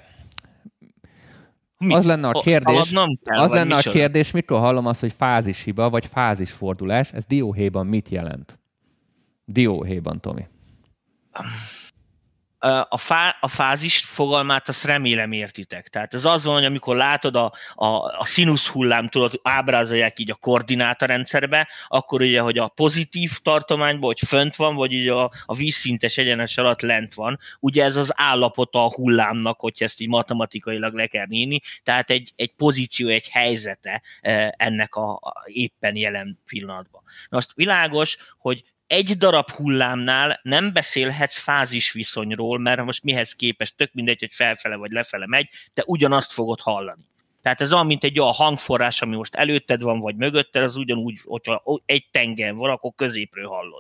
Speaker 2: Mi?
Speaker 1: Az lenne a kérdés,
Speaker 2: kell,
Speaker 1: az lenne a
Speaker 2: micsoda?
Speaker 1: kérdés, mikor hallom azt, hogy fázishiba, vagy fázisfordulás, ez dióhéjban mit jelent? Dióhéjban, Tomi.
Speaker 2: a, fá, a fázis fogalmát azt remélem értitek. Tehát ez az van, hogy amikor látod a, a, a színusz hullám, tudod, ábrázolják így a koordinátorrendszerbe, akkor ugye, hogy a pozitív tartományban, hogy fönt van, vagy ugye a, a vízszintes egyenes alatt lent van. Ugye ez az állapota a hullámnak, hogyha ezt így matematikailag le kell írni, tehát egy, egy pozíció, egy helyzete ennek a, a éppen jelen pillanatban. Na most világos, hogy egy darab hullámnál nem beszélhetsz fázisviszonyról, mert most mihez képest tök mindegy, hogy felfele vagy lefele megy, de ugyanazt fogod hallani. Tehát ez olyan, mint egy olyan hangforrás, ami most előtted van, vagy mögötted, az ugyanúgy, hogyha egy tengen van, akkor középről hallod.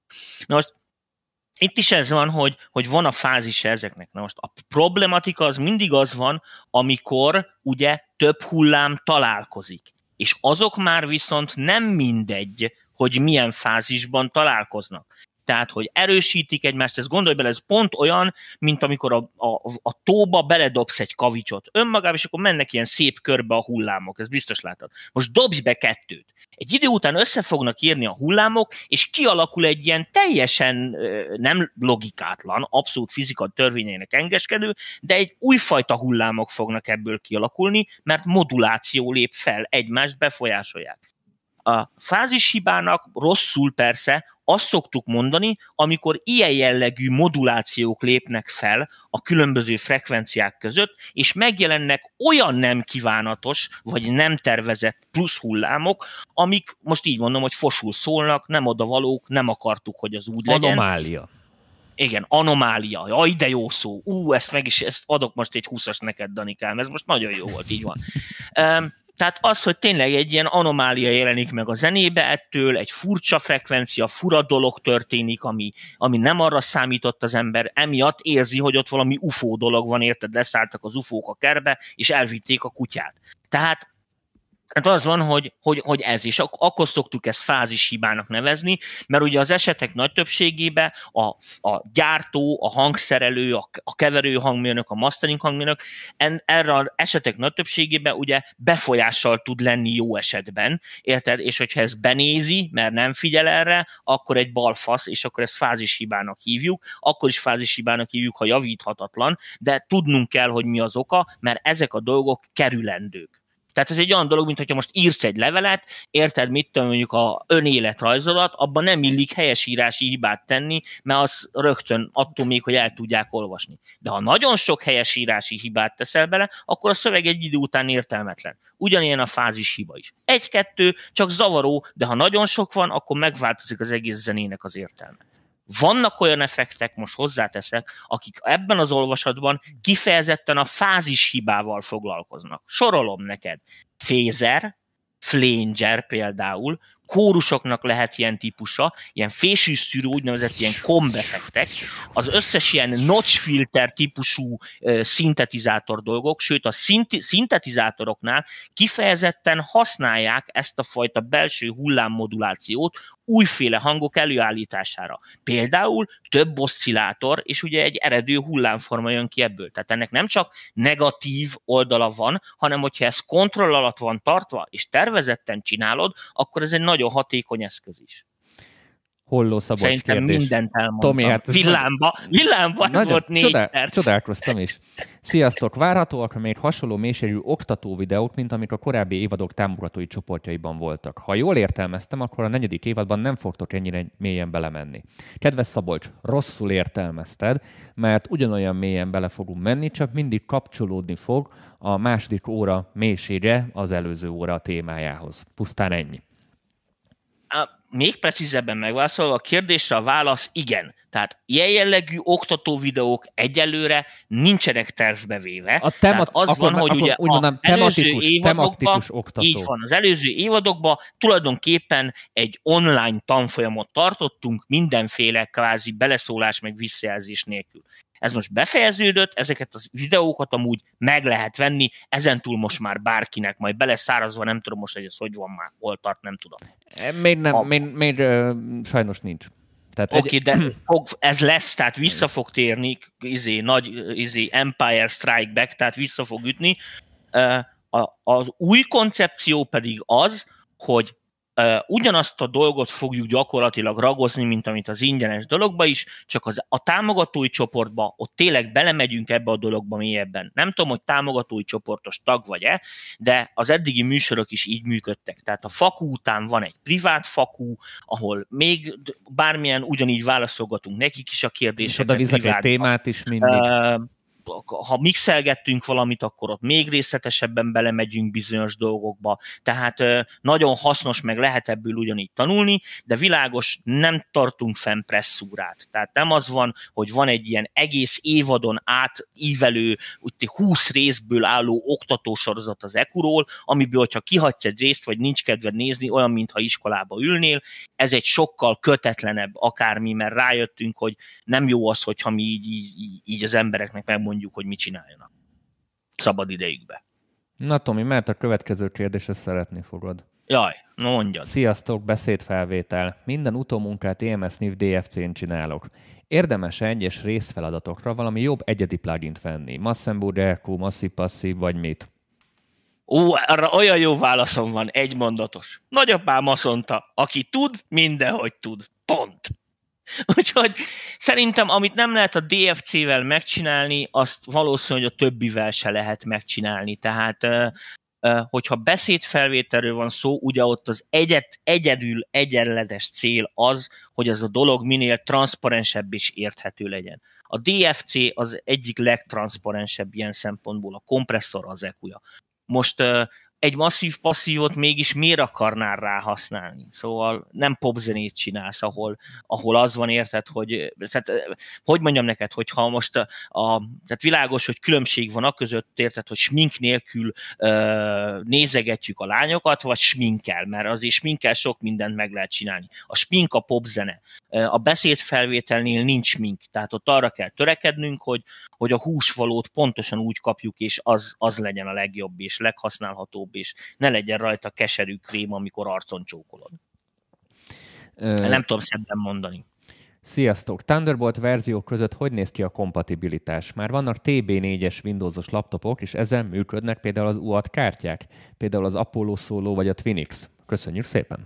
Speaker 2: Na most itt is ez van, hogy, hogy van a fázisa ezeknek. Na most a problematika az mindig az van, amikor ugye több hullám találkozik. És azok már viszont nem mindegy, hogy milyen fázisban találkoznak. Tehát, hogy erősítik egymást, ezt gondolj bele, ez pont olyan, mint amikor a, a, a tóba beledobsz egy kavicsot önmagában, és akkor mennek ilyen szép körbe a hullámok, ez biztos látod. Most dobj be kettőt. Egy idő után össze fognak írni a hullámok, és kialakul egy ilyen teljesen nem logikátlan, abszolút fizika törvényeinek engeskedő, de egy újfajta hullámok fognak ebből kialakulni, mert moduláció lép fel, egymást befolyásolják. A fázishibának rosszul persze azt szoktuk mondani, amikor ilyen jellegű modulációk lépnek fel a különböző frekvenciák között, és megjelennek olyan nem kívánatos, vagy nem tervezett plusz hullámok, amik, most így mondom, hogy fosul szólnak, nem odavalók, nem akartuk, hogy az úgy legyen.
Speaker 1: Anomália.
Speaker 2: Igen, anomália. Jaj, de jó szó. Ú, ezt meg is, ezt adok most egy húszas neked, Danikám, ez most nagyon jó volt, így van. Um, Tehát az, hogy tényleg egy ilyen anomália jelenik meg a zenébe, ettől egy furcsa frekvencia, fura dolog történik, ami, ami nem arra számított az ember, emiatt érzi, hogy ott valami ufó dolog van, érted, leszálltak az ufók a kertbe, és elvitték a kutyát. Tehát Hát az van, hogy, hogy, hogy ez is. Ak- akkor szoktuk ezt fázishibának nevezni, mert ugye az esetek nagy többségében a, a gyártó, a hangszerelő, a, a keverő hangmérnök, a mastering hangmérnök en, erre az esetek nagy többségében ugye befolyással tud lenni jó esetben, érted? És hogyha ezt benézi, mert nem figyel erre, akkor egy balfasz, és akkor ezt fázishibának hívjuk. Akkor is fázishibának hívjuk, ha javíthatatlan, de tudnunk kell, hogy mi az oka, mert ezek a dolgok kerülendők. Tehát ez egy olyan dolog, mint hogyha most írsz egy levelet, érted, mit tudom, mondjuk a önéletrajzodat, abban nem illik helyesírási hibát tenni, mert az rögtön attól még, hogy el tudják olvasni. De ha nagyon sok helyesírási hibát teszel bele, akkor a szöveg egy idő után értelmetlen. Ugyanilyen a fázis hiba is. Egy-kettő, csak zavaró, de ha nagyon sok van, akkor megváltozik az egész zenének az értelme. Vannak olyan effektek, most hozzáteszek, akik ebben az olvasatban kifejezetten a fázis hibával foglalkoznak. Sorolom neked. Phaser, flanger például, kórusoknak lehet ilyen típusa, ilyen fésűszűrő, úgynevezett ilyen kombeffektek, az összes ilyen notch filter típusú uh, szintetizátor dolgok, sőt a szinti- szintetizátoroknál kifejezetten használják ezt a fajta belső hullámmodulációt újféle hangok előállítására. Például több oszcillátor, és ugye egy eredő hullámforma jön ki ebből. Tehát ennek nem csak negatív oldala van, hanem hogyha ez kontroll alatt van tartva, és tervezetten csinálod, akkor ez egy nagyon hatékony eszköz is.
Speaker 1: Holló Szabolcs
Speaker 2: Szerintem
Speaker 1: kérdés.
Speaker 2: mindent elmondtam.
Speaker 1: Tomi, hát
Speaker 2: villámba, villámba ez volt négy
Speaker 1: csodál,
Speaker 2: perc.
Speaker 1: Csodálkoztam is. Sziasztok! Várhatóak még hasonló mélységű oktató videók, mint amik a korábbi évadok támogatói csoportjaiban voltak. Ha jól értelmeztem, akkor a negyedik évadban nem fogtok ennyire mélyen belemenni. Kedves Szabolcs, rosszul értelmezted, mert ugyanolyan mélyen bele fogunk menni, csak mindig kapcsolódni fog a második óra mélysége az előző óra témájához. Pusztán ennyi.
Speaker 2: Még precízebben megválaszolva, a kérdésre a válasz igen. Tehát ilyen jellegű oktató videók egyelőre nincsenek tervbe véve.
Speaker 1: A temat-
Speaker 2: az
Speaker 1: akkor,
Speaker 2: van, hogy
Speaker 1: akkor
Speaker 2: ugye
Speaker 1: mondanám,
Speaker 2: az előző
Speaker 1: tematikus,
Speaker 2: évadokban,
Speaker 1: tematikus oktató.
Speaker 2: így van, az előző évadokban tulajdonképpen egy online tanfolyamot tartottunk, mindenféle kvázi beleszólás meg visszajelzés nélkül. Ez most befejeződött, ezeket a videókat amúgy meg lehet venni, ezentúl most már bárkinek, majd beleszárazva, nem tudom most, hogy ez hogy van már, hol tart, nem tudom.
Speaker 1: Még, nem, a... még, még uh, sajnos nincs.
Speaker 2: Oké, okay, egy... de fog, ez lesz, tehát vissza fog térni, izé, nagy izé, Empire Strike Back, tehát vissza fog ütni. Uh, a, az új koncepció pedig az, hogy Uh, ugyanazt a dolgot fogjuk gyakorlatilag ragozni, mint amit az ingyenes dologba is, csak az, a támogatói csoportba, ott tényleg belemegyünk ebbe a dologba mélyebben. Nem tudom, hogy támogatói csoportos tag vagy-e, de az eddigi műsorok is így működtek. Tehát a fakú után van egy privát fakú, ahol még bármilyen ugyanígy válaszolgatunk nekik is a kérdéseket.
Speaker 1: És oda viszek egy témát is mindig. Uh,
Speaker 2: ha mixelgettünk valamit, akkor ott még részletesebben belemegyünk bizonyos dolgokba, tehát nagyon hasznos, meg lehet ebből ugyanígy tanulni, de világos, nem tartunk fenn presszúrát. Tehát nem az van, hogy van egy ilyen egész évadon átívelő, úgy húsz részből álló oktatósorozat az ekuról, amiből, hogyha kihagysz egy részt, vagy nincs kedved nézni, olyan, mintha iskolába ülnél, ez egy sokkal kötetlenebb akármi, mert rájöttünk, hogy nem jó az, hogyha mi így, így, így az embereknek megmondjuk, mondjuk, hogy mit csináljanak szabad idejükbe.
Speaker 1: Na Tomi, mert a következő kérdésre szeretni fogod.
Speaker 2: Jaj, no mondjad.
Speaker 1: Sziasztok, beszédfelvétel. Minden utómunkát é em es név dé ef cén csinálok. Érdemes egyes részfeladatokra valami jobb egyedi plugint venni? Massenburg, er kú, Massive Passive vagy mit?
Speaker 2: Ó, arra olyan jó válaszom van, egymondatos. Nagyapám azt mondta, aki tud, mindenhogy tud. Pont. Úgyhogy szerintem, amit nem lehet a dé ef cével megcsinálni, azt valószínűleg a többivel se lehet megcsinálni. Tehát, hogyha beszédfelvételről van szó, ugye ott az egyet, egyedül egyenletes cél az, hogy ez a dolog minél transzparensebb és érthető legyen. A dé ef cé az egyik legtranszparensebb ilyen szempontból, a kompresszor az é kú-ja. Most egy masszív passzívot mégis miért akarnál rá használni? Szóval nem popzenét csinálsz, ahol, ahol az van, érted, hogy tehát, hogy mondjam neked, hogyha most a, a, tehát világos, hogy különbség van a között, érted, hogy smink nélkül ö, nézegetjük a lányokat, vagy sminkkel, mert azért sminkkel sok mindent meg lehet csinálni. A smink a popzene. A beszédfelvételnél nincs smink, tehát ott arra kell törekednünk, hogy, hogy a húsvalót pontosan úgy kapjuk, és az, az legyen a legjobb és leghasználhatóbb, és ne legyen rajta keserű krém, amikor arcon csókolod. Ö... Nem tudom szebben mondani.
Speaker 1: Sziasztok! Thunderbolt verziók között hogy néz ki a kompatibilitás? Már vannak té bé négyes Windowsos laptopok, és ezzel működnek például az u á té kártyák, például az Apollo Solo vagy a Twinix. Köszönjük szépen!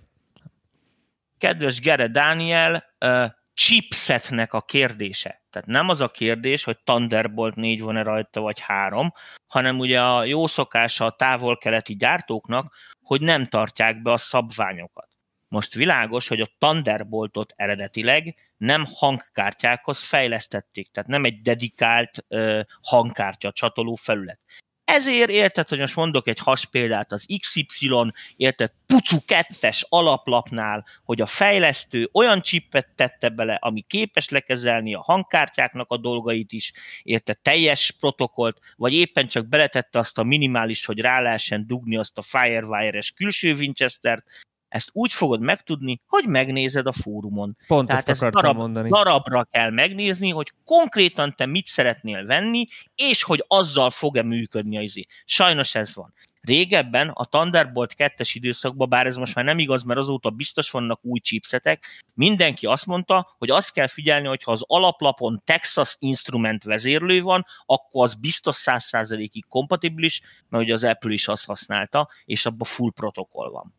Speaker 2: Kedves Gere Dániel, uh, chipsetnek a kérdése. Tehát nem az a kérdés, hogy Thunderbolt négy van-e rajta, vagy három, hanem ugye a jó szokása a távol-keleti gyártóknak, hogy nem tartják be a szabványokat. Most világos, hogy a Thunderboltot eredetileg nem hangkártyákhoz fejlesztették, tehát nem egy dedikált uh, hangkártya csatoló felület. Ezért érted, hogy most mondok egy haspéldát, az iksz ipszilon, érted, pucu kettes alaplapnál, hogy a fejlesztő olyan csippet tette bele, ami képes lekezelni a hangkártyáknak a dolgait is, érted, teljes protokollt, vagy éppen csak beletette azt a minimális, hogy rá lehessen dugni azt a Firewire-es külső Winchestert. Ezt úgy fogod megtudni, hogy megnézed a fórumon.
Speaker 1: Pont
Speaker 2: Tehát
Speaker 1: ezt
Speaker 2: ezt
Speaker 1: akartam
Speaker 2: darab,
Speaker 1: mondani.
Speaker 2: darabra kell megnézni, hogy konkrétan te mit szeretnél venni, és hogy azzal fog-e működni a izé. Sajnos ez van. Régebben a Thunderbolt kettes időszakban, bár ez most már nem igaz, mert azóta biztos vannak új chipsetek, mindenki azt mondta, hogy azt kell figyelni, hogyha az alaplapon Texas Instrument vezérlő van, akkor az biztos száz százalékig kompatibilis, mert ugye az Apple is azt használta, és abban full protokoll van.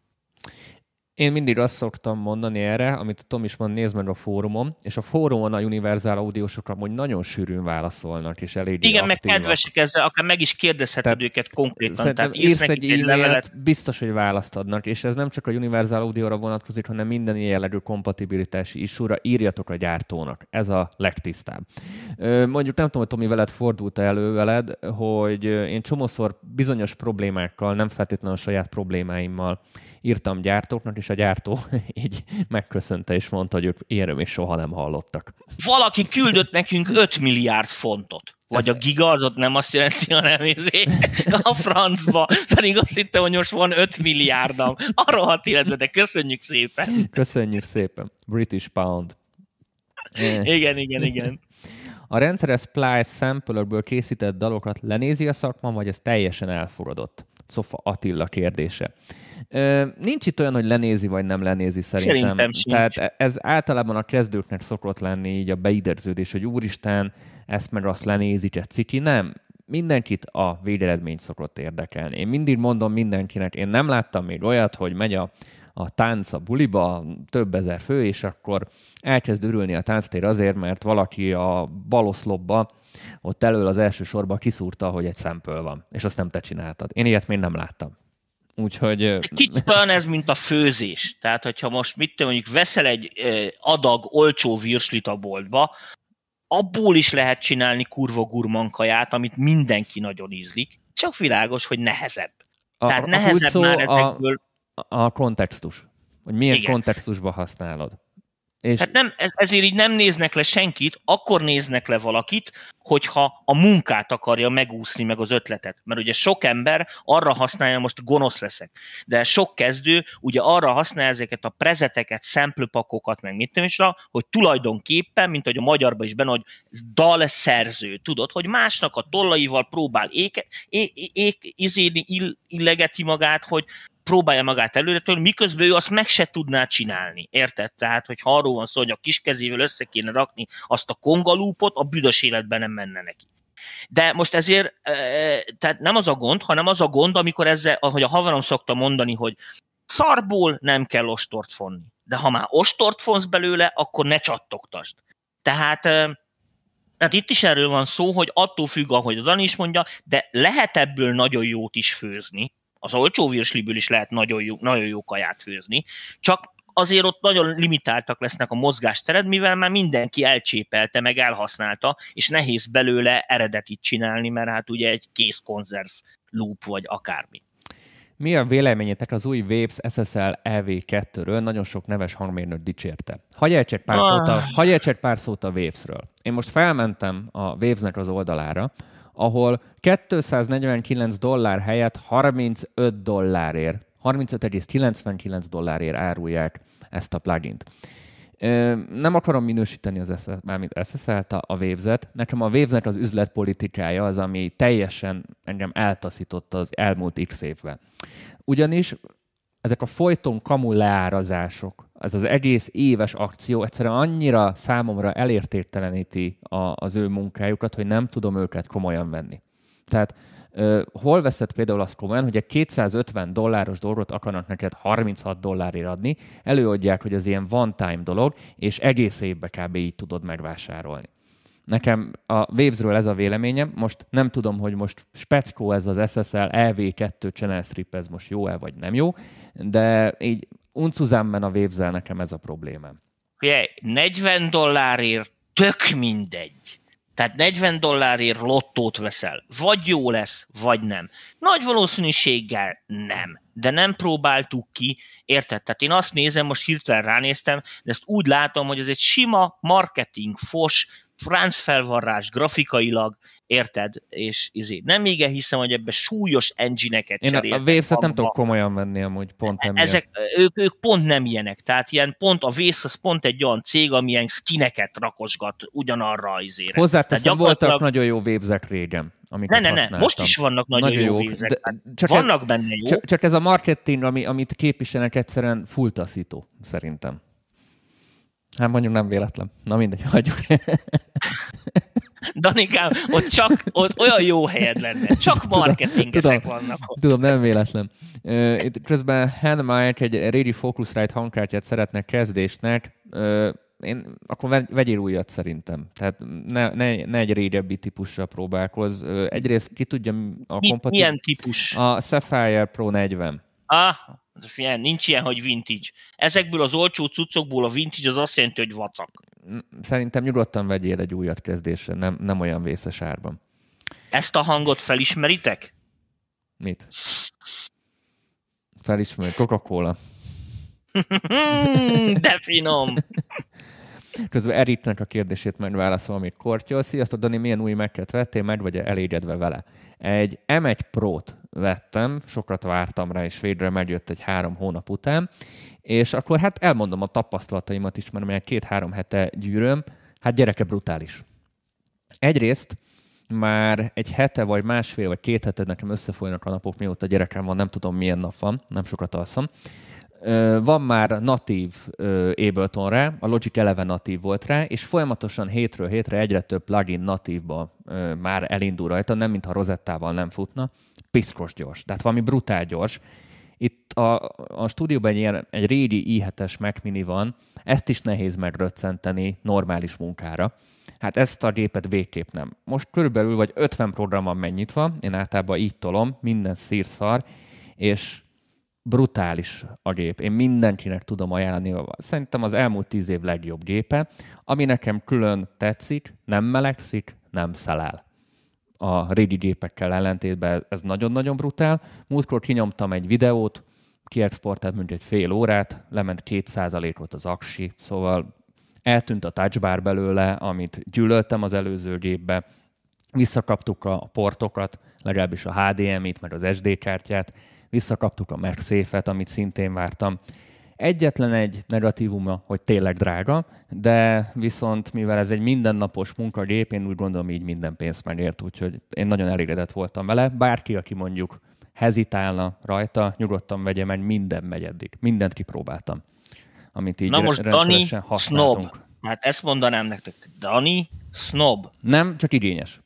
Speaker 1: Én mindig azt szoktam mondani erre, amit a Tom is mond, nézd meg a fórumon, és a fórumon a Universal Audiósok amúgy nagyon sűrűn válaszolnak, és elég
Speaker 2: igen,
Speaker 1: aktívak.
Speaker 2: meg kedvesek ezzel, akár meg is kérdezheted tehát őket konkrétan. Tehát
Speaker 1: írsz egy e-mailt, biztos, hogy választ adnak, és ez nem csak a Universal Audióra vonatkozik, hanem minden ilyen jellegű kompatibilitási issúra írjatok a gyártónak. Ez a legtisztább. Mondjuk nem tudom, hogy Tomi veled fordult elő veled, hogy én csomószor bizonyos problémákkal, nem feltétlenül a saját problémáimmal írtam gyártóknak, és a gyártó így megköszönte, és mondta, hogy ők ilyenről még soha nem hallottak.
Speaker 2: Valaki küldött nekünk öt milliárd fontot. Vagy Ez... a giga az ott nem azt jelenti, hanem a francba. Pedig azt hittem, hogy most van öt milliárdam. A rohadt életben, de köszönjük szépen.
Speaker 1: Köszönjük szépen. British Pound.
Speaker 2: igen, igen, igen.
Speaker 1: A rendszeres Splice samplerből készített dalokat lenézi a szakma, vagy ez teljesen elfogadott? Cofa Attila kérdése. Nincs itt olyan, hogy lenézi, vagy nem lenézi szerintem.
Speaker 2: Szerintem sincs.
Speaker 1: Tehát ez általában a kezdőknek szokott lenni így a beidegződés, hogy úristen, ezt meg azt lenézik, egy ciki. Nem. Mindenkit a végeredmény szokott érdekelni. Én mindig mondom mindenkinek, én nem láttam még olyat, hogy megy a, a tánc a buliba, több ezer fő, és akkor elkezd örülni a tánctér azért, mert valaki a baloszlopba ott elől az első sorban kiszúrta, hogy egy sample van, és azt nem te csináltad. Én ilyet még nem láttam. Úgyhogy...
Speaker 2: Kicsit olyan ez, mint a főzés. Tehát, hogyha most mit te mondjuk veszel egy adag olcsó virslit a boltba, abból is lehet csinálni kurva gurman kaját, amit mindenki nagyon ízlik, csak világos, hogy nehezebb.
Speaker 1: A,
Speaker 2: Tehát
Speaker 1: a
Speaker 2: nehezebb
Speaker 1: szó,
Speaker 2: már ezekből...
Speaker 1: A, a kontextus. Hogy milyen
Speaker 2: Igen.
Speaker 1: kontextusban használod. És...
Speaker 2: Hát nem, ez, ezért így nem néznek le senkit, akkor néznek le valakit, hogyha a munkát akarja megúszni, meg az ötletet. Mert ugye sok ember arra használja, most gonosz leszek, de sok kezdő ugye arra használja ezeket a prezeteket, samplepakokat, meg mit is, hogy tulajdonképpen, mint hogy a magyarban is benne, hogy dalszerző, tudod, hogy másnak a tollaival próbál éke, é, é, é, izéni, ill, illegeti magát, hogy próbálja magát előre tőle, miközben ő azt meg se tudná csinálni. Érted? Tehát, hogy ha arról van szó, hogy a kis kezével össze kéne rakni azt a kongalúpot, a büdös életben nem menne neki. De most ezért, e, tehát nem az a gond, hanem az a gond, amikor ezzel, ahogy a haverom szokta mondani, hogy szarból nem kell ostort fonni. De ha már ostort fonsz belőle, akkor ne csattogtasd. Tehát, e, tehát itt is erről van szó, hogy attól függ, ahogy a Dani is mondja, de lehet ebből nagyon jót is főzni. Az olcsó virsliből is lehet nagyon jó, nagyon jó kaját főzni, csak azért ott nagyon limitáltak lesznek a mozgástered, mivel már mindenki elcsépelte, meg elhasználta, és nehéz belőle eredetit csinálni, mert hát ugye egy kész konzerv loop vagy akármi.
Speaker 1: Mi a véleményetek az új Waves es es el E V kettőről? Nagyon sok neves hangmérnök dicsérte. Hagyj egy pár, ah. szót a, hagyj egy pár szót a Wavesről. Én most felmentem a Wavesnek az oldalára, ahol kétszáznegyvenkilenc dollár helyett harmincöt dollárért, harmincöt egész kilencvenkilenc dollárért árulják ezt a plugint. Nem akarom minősíteni az es es el-t, a Waves-et. Nekem a Waves-nek az üzletpolitikája az, ami teljesen engem eltaszította az elmúlt x évben. Ugyanis ezek a folyton kamu leárazások, ez az egész éves akció egyszerűen annyira számomra elértékteleníti a, az ő munkájukat, hogy nem tudom őket komolyan venni. Tehát uh, hol veszed például azt komolyan, hogy egy kétszázötven dolláros dolgot akarnak neked harminchat dollárért adni, előadják, hogy az ilyen one-time dolog, és egész évben kb. Így tudod megvásárolni. Nekem a Wavesről ez a véleményem, most nem tudom, hogy most speckó ez az es es el E V kettő channel strip, ez most jó-e vagy nem jó, de így uncuzánben a Waves-el nekem ez a problémám.
Speaker 2: Figyelj, negyven dollárért tök mindegy. Tehát negyven dollárért lottót veszel. Vagy jó lesz, vagy nem. Nagy valószínűséggel nem. De nem próbáltuk ki, érted? Tehát én azt nézem, most hirtelen ránéztem, de ezt úgy látom, hogy ez egy sima marketing fos, franc felvarrás grafikailag, érted? És izé, nem még hiszem, hogy ebbe súlyos engine-eket
Speaker 1: Én
Speaker 2: cseréltek.
Speaker 1: a Waves-et nem tudok komolyan venni amúgy, pont emiatt.
Speaker 2: Ezek, ők, ők pont nem ilyenek, tehát ilyen pont a Waves az pont egy olyan cég, ami ilyen skineket rakosgat ugyanarra az izére.
Speaker 1: Hozzáteszem, gyakorlatilag... voltak nagyon jó Waves-ek régen, amiket
Speaker 2: Ne, ne, ne, most is vannak nagyon, nagyon jó Waves-ek. Vannak
Speaker 1: ez,
Speaker 2: benne jó.
Speaker 1: Csak, csak ez a marketing, ami, amit képviselnek, egyszerűen full taszító, szerintem. Hát mondjuk nem véletlen. Na mindegy, hagyjuk.
Speaker 2: Danikám, ott csak ott olyan jó helyed lenne. Csak marketingesek tudom, vannak ott.
Speaker 1: Tudom, nem véletlen. Uh, itt közben Hanmark egy régi Focusrite hangkártyát szeretnek kezdésnek. Uh, én akkor vegyél újat szerintem. Tehát ne, ne, ne egy régebbi típussal próbálkozz. Uh, egyrészt ki tudja a
Speaker 2: Mi,
Speaker 1: kompatibil...
Speaker 2: Milyen típus?
Speaker 1: A Sapphire Pro negyven.
Speaker 2: Ah, nincs ilyen, hogy vintage. Ezekből az olcsó cuccokból a vintage az azt jelenti, hogy vacak.
Speaker 1: Szerintem nyugodtan vegyél egy újat kezdésre, nem, nem olyan vészes árban.
Speaker 2: Ezt a hangot felismeritek?
Speaker 1: Mit? Felismer, Coca-Cola.
Speaker 2: De finom!
Speaker 1: Közben Eriknek a kérdését megválaszolom, amit Kortyol. Sziasztok, Dani, milyen új Mac-et vettél, meg vagy elégedve vele? Egy em egy Pro-t vettem, sokat vártam rá, és végre megjött egy három hónap után, és akkor hát elmondom a tapasztalataimat is, mert amilyen két-három hete gyűröm, hát gyereke brutális. Egyrészt már egy hete, vagy másfél, vagy két hete nekem összefolynak a napok, mióta gyerekem van, nem tudom milyen nap van, nem sokat alszom. Van már natív Ableton rá, a Logic eleve natív volt rá, és folyamatosan hétről hétre egyre több plugin natívba már elindul rajta, nem mintha Rosettával nem futna. Piszkos gyors, tehát valami brutál gyors. Itt a, a stúdióban egy, ilyen, egy régi i hetes Mac Mini van, ezt is nehéz megröccenteni normális munkára. Hát ezt a gépet végképp nem. Most körülbelül vagy ötven program van megnyitva, én általában így tolom, minden szírszar, és brutális a gép. Én mindenkinek tudom ajánlani. Szerintem az elmúlt tíz év legjobb gépe, ami nekem külön tetszik, nem melegszik, nem szelel. A régi gépekkel ellentétben ez nagyon-nagyon brutál. Múltkor kinyomtam egy videót, kiexportált mondjuk egy fél órát, lement két százalékot az aksi, szóval eltűnt a touchbar belőle, amit gyűlöltem az előző gépbe. Visszakaptuk a portokat, legalábbis a há dé em i-t, meg az es dé kártyát, visszakaptuk a MagSafe-et, amit szintén vártam. Egyetlen egy negatívuma, hogy tényleg drága, de viszont mivel ez egy mindennapos munkagép, én úgy gondolom, így minden pénzt megért, úgyhogy én nagyon elégedett voltam vele. Bárki, aki mondjuk hezitálna rajta, nyugodtan vegye meg, minden megy eddig. Mindent kipróbáltam, amit így
Speaker 2: Na most
Speaker 1: rendszeresen
Speaker 2: Dani snob. Hát ezt mondanám nektek. Dani snob.
Speaker 1: Nem, csak igényes.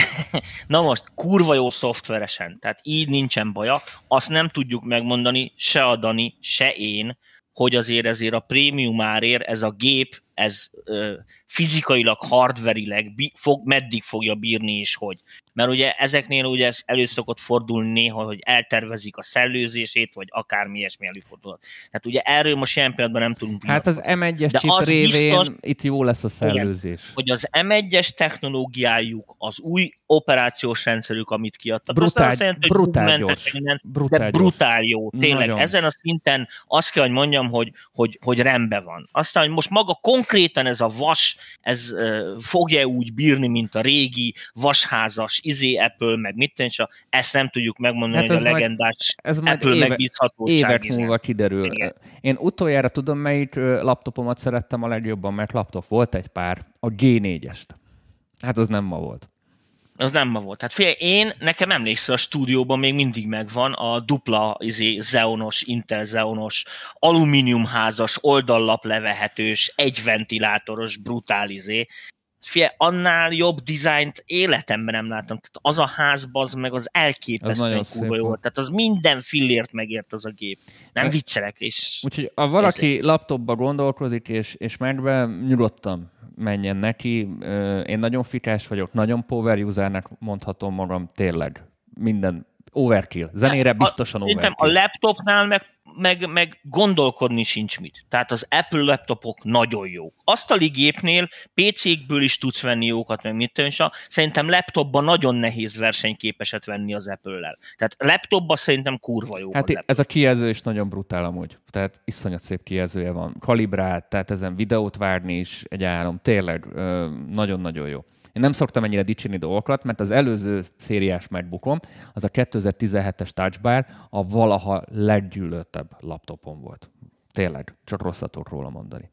Speaker 2: Na most, kurva jó szoftveresen, tehát így nincsen baja, azt nem tudjuk megmondani, se a Dani, se én, hogy azért ezért a prémium árért ez a gép, ez ö, fizikailag, hardverileg bi, fog, meddig fogja bírni és hogy. Mert ugye ezeknél ugye elő szokott fordulni néha, hogy eltervezik a szellőzését, vagy akármi ilyesmi előfordul. Tehát ugye erről most ilyen pillanatban nem tudunk.
Speaker 1: Hát az em egyes chip révén biztos, itt jó lesz a szellőzés.
Speaker 2: Igen, hogy az em egyes technológiájuk, az új operációs rendszerük, amit kiadtak.
Speaker 1: Brutál, jelenti, brutál gyors.
Speaker 2: Minden,
Speaker 1: brutál,
Speaker 2: de brutál jó. Tényleg
Speaker 1: Nagyon.
Speaker 2: Ezen a szinten azt kell, hogy mondjam, hogy, hogy, hogy rendben van. Aztán, hogy most maga konkrétan ez a vas, ez uh, fogja úgy bírni, mint a régi vasházas izé Apple, meg mit tűncs, ezt nem tudjuk megmondani, hát hogy a legendás
Speaker 1: ez
Speaker 2: Apple
Speaker 1: éve,
Speaker 2: megbízhatóság.
Speaker 1: Évek múlva kiderül. Igen. Én utoljára tudom, melyik laptopomat szerettem a legjobban, mert laptop volt egy pár, a gé négyest. Hát az nem ma volt.
Speaker 2: Az nem ma volt. Hát figyelj, én, nekem emlékszel, a stúdióban még mindig megvan a dupla izé, Xeonos, Intel Xeonos, alumíniumházas, oldallap levehetős, egy ventilátoros, brutál izé. Figyelj, annál jobb dizájnt életemben nem láttam. Tehát az a házba, az meg az elképesztően kurva jó volt. Tehát az minden fillért megért az a gép. Nem ez viccelek. És
Speaker 1: úgyhogy ha valaki ezért laptopba gondolkozik, és, és megbe nyugodtan menjen neki. Én nagyon fikás vagyok, nagyon power usernek mondhatom magam, tényleg. Minden overkill. Zenére biztosan overkill.
Speaker 2: A laptopnál meg, meg, meg gondolkodni sincs mit. Tehát az Apple laptopok nagyon jók. Asztali gépnél pé cékből is tudsz venni jókat, meg mit tűncs. Szerintem laptopban nagyon nehéz versenyképeset venni az Apple-lel. Tehát laptopban szerintem kurva jó.
Speaker 1: Hát ez a kijelző is nagyon brutál amúgy. Tehát iszonyat szép kijelzője van. Kalibrált, tehát ezen videót várni is egy álom. Tényleg nagyon-nagyon jó. Én nem szoktam ennyire dicsérni dolgokat, mert az előző szériás MacBookom, az a kétezer-tizenhetes Touch Bar a valaha leggyűlöltebb laptopom volt. Tényleg, csak rosszat tudok róla mondani.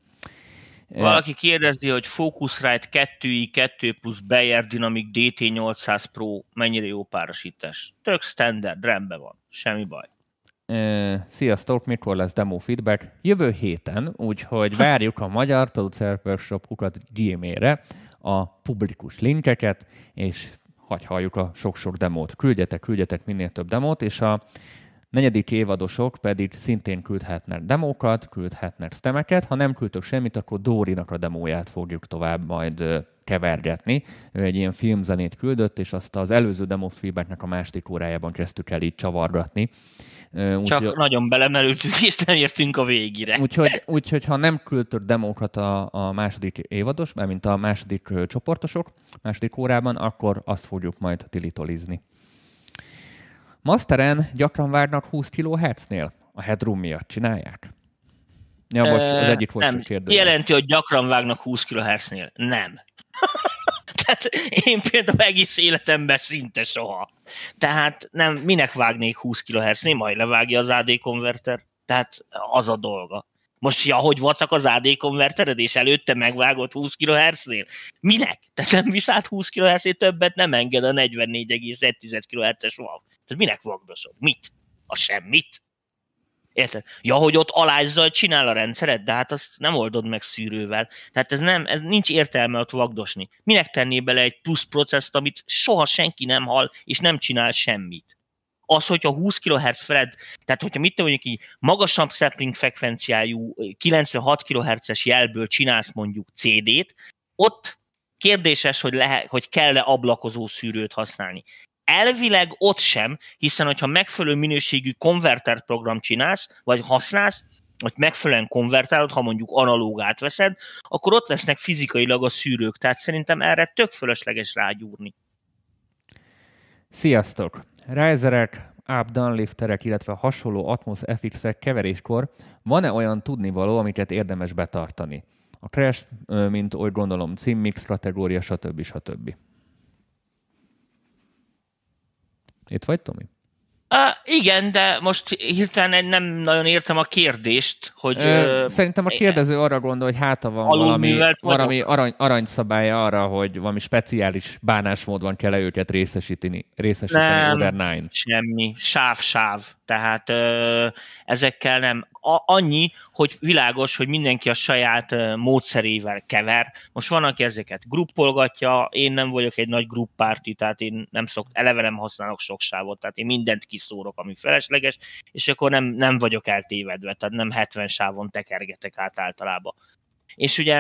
Speaker 2: Valaki kérdezi, hogy Focusrite kettő i kettő plusz Bayer Dynamic dé té nyolcszáz Pro mennyire jó párosítás. Tök standard, rendben van, semmi baj.
Speaker 1: Sziasztok, mikor lesz demo feedback? Jövő héten, úgyhogy várjuk a Magyar Producer Workshop-ukat Gmail-re, a publikus linkeket, és hagy halljuk a sok-sok demót. Küldjetek, küldjetek minél több demót, és a negyedik évadosok pedig szintén küldhetnek demókat, küldhetnek stemeket. Ha nem küldtök semmit, akkor Dórinak a demóját fogjuk tovább majd kevergetni. Ő egy ilyen filmzenét küldött, és azt az előző demo feedbacknek a második órájában kezdtük el így csavargatni.
Speaker 2: Csak úgy, nagyon belemerültünk, és nem értünk a végére.
Speaker 1: Úgyhogy, úgyhogy ha nem küldtök demókat a, a második évados, mint a második csoportosok, második órában, akkor azt fogjuk majd tilitolizni. Masteren gyakran várnak húsz kilohertznél? A headroom miatt csinálják? Ja, bocs, az egyik volt csak kérdő.
Speaker 2: Jelenti, hogy gyakran vágnak húsz kilohertznél? Nem. Tehát én például egész életemben szinte soha. Tehát nem, minek vágnék húsz kilohertznél, majd levágja az á dé konverter. Tehát az a dolga. Most, ja, hogy vacak az á dé konvertered, és előtte megvágott húsz kilohertznél? Minek? Tehát nem visz át húsz kilohertznél többet, nem enged a negyvennégy egész egy kilohertzes vag. Tehát minek vagdosod? Mit? A semmit? Érted? Ja, hogy ott alázzal csinál a rendszeret, de hát azt nem oldod meg szűrővel. Tehát ez nem, ez nincs értelme ott vagdosni. Minek tenné bele egy plusz processzt, amit soha senki nem hall, és nem csinál semmit? Az, hogyha húsz kilohertz felett, tehát hogyha mit mondjuk így magasabb sampling frekvenciájú kilencvenhat kilohertzes jelből csinálsz mondjuk cé dét, ott kérdéses, hogy, lehet, hogy kell-e ablakozó szűrőt használni. Elvileg ott sem, hiszen hogyha megfelelő minőségű konverter program csinálsz, vagy használsz, vagy megfelelően konvertálod, ha mondjuk analógát veszed, akkor ott lesznek fizikailag a szűrők, tehát szerintem erre tök fölösleges rágyúrni.
Speaker 1: Sziasztok! Riserek, up-downlifterek, illetve hasonló Atmos ef iksz-ek keveréskor van-e olyan tudnivaló, amiket érdemes betartani? A crash, mint úgy gondolom, címmix kategória, stb. stb. Itt vagy, Tomi?
Speaker 2: Uh, igen, de most hirtelen nem nagyon értem a kérdést, hogy...
Speaker 1: Ö, uh, szerintem a kérdező arra gondol, hogy hát van valami, valami arany, aranyszabálya arra, hogy valami speciális bánásmódban kell őket részesíteni, részesíteni over nine.
Speaker 2: Nem, semmi. Sáv-sáv. Tehát ö, ezekkel nem. A, annyi, hogy világos, hogy mindenki a saját ö, módszerével kever. Most van, aki ezeket gruppolgatja, én nem vagyok egy nagy gruppárti, tehát én nem szok, eleve nem használok sok sávot, tehát én mindent kiszórok, ami felesleges, és akkor nem, nem vagyok eltévedve, tehát nem hetven sávon tekergetek át általában. És ugye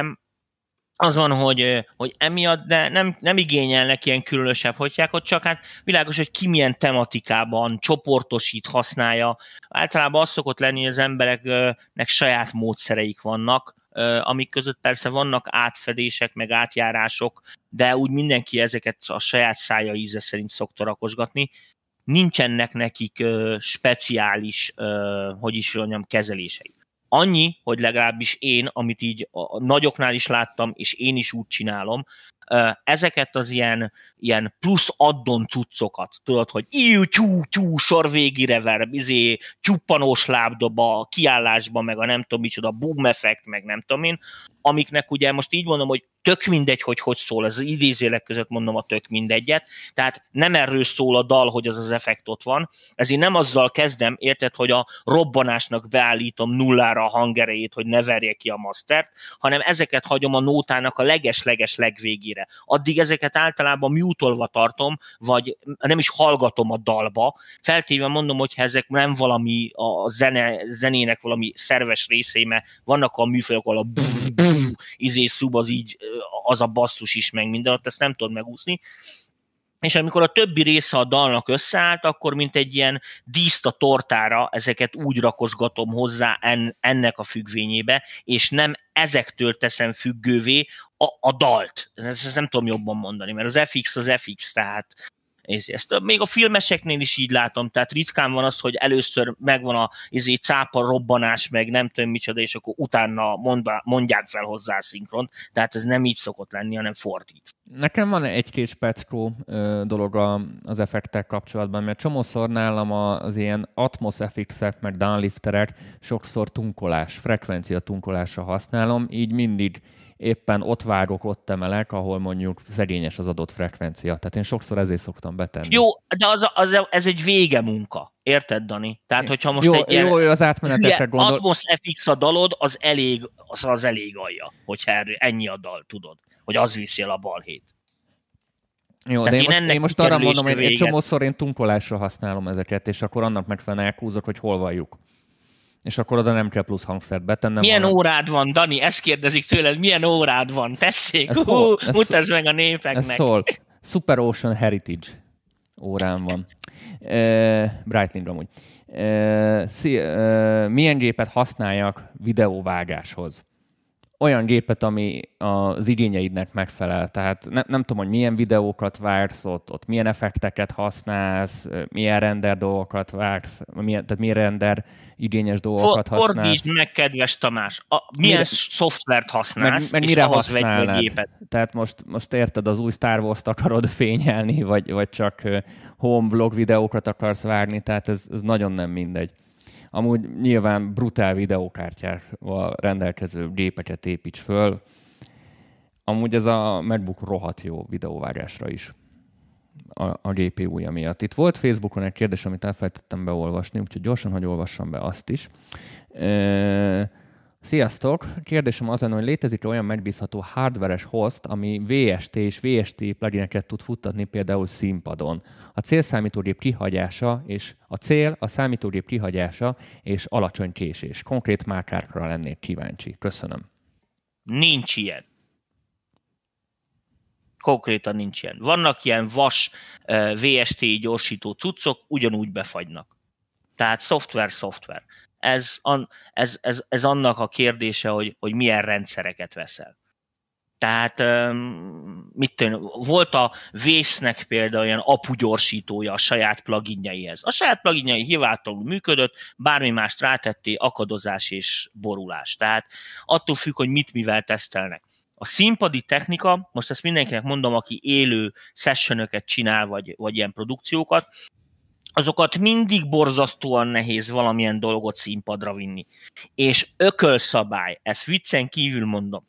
Speaker 2: az van, hogy, hogy emiatt de nem, nem igényelnek ilyen különösebb hogyjákat, csak hát világos, hogy ki milyen tematikában csoportosít, használja. Általában az szokott lenni, hogy az embereknek saját módszereik vannak, amik között persze vannak átfedések, meg átjárások, de úgy mindenki ezeket a saját szája íze szerint szokta rakosgatni. Nincsenek nekik speciális, hogy is mondjam, kezelései. Annyi, hogy legalábbis én, amit így a nagyoknál is láttam, és én is úgy csinálom, ezeket az ilyen, ilyen plusz addon cuccokat, tudod, hogy íjú, tyú, tyú, sor végi reverb, izé, tyuppanós lábdoba, kiállásban, meg a nem tudom micsoda, boom effekt, meg nem tudom én, amiknek ugye most így mondom, hogy tök mindegy, hogy hogy szól, ez az idézőjelek között mondom a tök mindegyet, tehát nem erről szól a dal, hogy az az effekt ott van, ezért nem azzal kezdem, érted, hogy a robbanásnak beállítom nullára a hangerejét, hogy ne verje ki a mastert, hanem ezeket hagyom a nótának a leges-leges legvégére. Addig ezeket általában mute-olva tartom, vagy nem is hallgatom a dalba, feltéve mondom, hogy ezek nem valami a zene, zenének valami szerves részei, mert vannak a műfajok, ahol a brrr, brrr, izé szub, az így az a basszus is meg minden, ott ezt nem tudod megúszni. És amikor a többi része a dalnak összeállt, akkor mint egy ilyen díszt a tortára ezeket úgy rakosgatom hozzá en, ennek a függvényébe, és nem ezektől teszem függővé a, a dalt. Ezt, ezt nem tudom jobban mondani, mert az ef iksz az ef iksz, tehát ezt még a filmeseknél is így látom, tehát ritkán van az, hogy először megvan a izé, cápa robbanás, meg nem tudom micsoda, és akkor utána mondá, mondják fel hozzá a szinkront, tehát ez nem így szokott lenni, hanem fordít.
Speaker 1: Nekem van egy-két speckó dolog az effektek kapcsolatban, mert csomószor nálam az ilyen Atmos ef iksz-ek, meg downlifterek sokszor tunkolás, frekvencia tunkolásra használom, így mindig éppen ott vágok, ott emelek, ahol mondjuk szegényes az adott frekvencia. Tehát én sokszor ezért szoktam betenni.
Speaker 2: Jó, de az, az, ez egy vége munka. Érted, Dani? Tehát, hogyha most
Speaker 1: jó,
Speaker 2: egy ilyen...
Speaker 1: Jó, az átmenetekre gondol...
Speaker 2: Atmos ef iksz a dalod, az elég, az, az elég alja, hogyha ennyi a dal, tudod, hogy az viszi el a balhét.
Speaker 1: Jó, tehát de én, én most, én most arra mondom, hogy egy csomószor én tunkolásra használom ezeket, és akkor annak megfelelően elhúzok, hogy hol valljuk. És akkor oda nem kell plusz hangszert betennem.
Speaker 2: Milyen
Speaker 1: hanem...
Speaker 2: órád van, Dani? Ezt kérdezik tőled, milyen órád van? Tessék, hú, szól, mutasd meg a népeknek.
Speaker 1: Ez szól. Super Ocean Heritage órám van. Uh, Breitling amúgy. Uh, szí, uh, milyen gépet használjak videóvágáshoz? Olyan gépet, ami az igényeidnek megfelel. Tehát ne, nem tudom, hogy milyen videókat vágsz, ott, ott milyen effekteket használsz, milyen render dolgokat vágsz, milyen, tehát milyen render igényes dolgokat For, használsz.
Speaker 2: Fordítsd meg, kedves Tamás, a, milyen mire, szoftvert használsz,
Speaker 1: meg, meg
Speaker 2: és ahhoz vegy a gépet.
Speaker 1: Tehát most, most érted, az új Star Wars-t akarod fényelni, vagy, vagy csak home vlog videókat akarsz vágni, tehát ez, ez nagyon nem mindegy. Amúgy nyilván brutál videókártyával rendelkező gépeket építs föl. Amúgy ez a MacBook rohadt jó videóvágásra is a, a gé pé úja miatt. Itt volt Facebookon egy kérdés, amit elfelejtettem beolvasni, úgyhogy gyorsan, hogy olvassam be azt is. E, Sziasztok! Kérdésem az lenne, hogy létezik olyan megbízható hardveres host, ami vé es té és vé es té plugineket tud futtatni például színpadon. A cél számítógép kihagyása és a cél a számítógép kihagyása és alacsony késés. Konkrét márkákra lennék kíváncsi. Köszönöm.
Speaker 2: Nincs ilyen. Konkrétan nincs ilyen. Vannak ilyen vas vé es té gyorsító cuccok, ugyanúgy befagynak. Tehát szoftver, szoftver. Ez, ez, ez, ez annak a kérdése, hogy, hogy milyen rendszereket veszel. Tehát mit tudom, volt a Waze-nek például olyan apu gyorsítója a saját pluginjeihez. A saját pluginjei hivatalanul működött, bármi mást rátették, akadozás és borulás. Tehát attól függ, hogy mit mivel tesztelnek. A színpadi technika, most ezt mindenkinek mondom, aki élő sessionöket csinál, vagy, vagy ilyen produkciókat, azokat mindig borzasztóan nehéz valamilyen dolgot színpadra vinni. És ökölszabály, ezt viccen kívül mondom,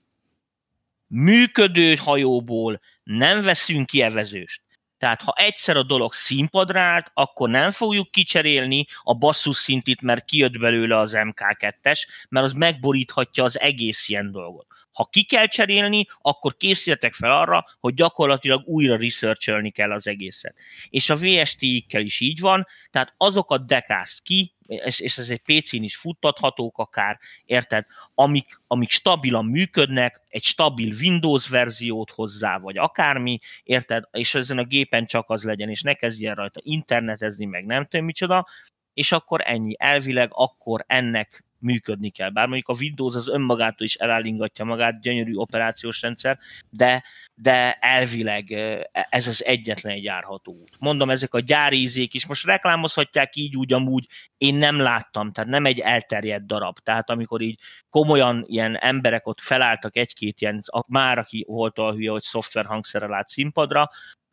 Speaker 2: működő hajóból nem veszünk ki evezőst. Tehát ha egyszer a dolog színpadra állt, akkor nem fogjuk kicserélni a basszus szintit, mert kijött belőle az em ká kettes, mert az megboríthatja az egész ilyen dolgot. Ha ki kell cserélni, akkor készüljetek fel arra, hogy gyakorlatilag újra researcholni kell az egészet. És a vé es té-ikkel is így van, tehát azokat dekázt ki, és ez egy pé cén is futtathatók akár, érted? Amik, amik stabilan működnek, egy stabil Windows verziót hozzá, vagy akármi, érted? És ezen a gépen csak az legyen, és ne kezdjen rajta internetezni, meg nem tudom micsoda, és akkor ennyi. Elvileg akkor ennek működni kell. Bár mondjuk a Windows az önmagától is elállingatja magát, gyönyörű operációs rendszer, de, de elvileg ez az egyetlen egy járható út. Mondom, ezek a gyári ízék is most reklámozhatják így úgy amúgy, én nem láttam, tehát nem egy elterjedt darab. Tehát amikor így komolyan ilyen emberek ott felálltak egy-két ilyen, már aki volt a hülye, hogy szoftver hangszerrel állt színpadra,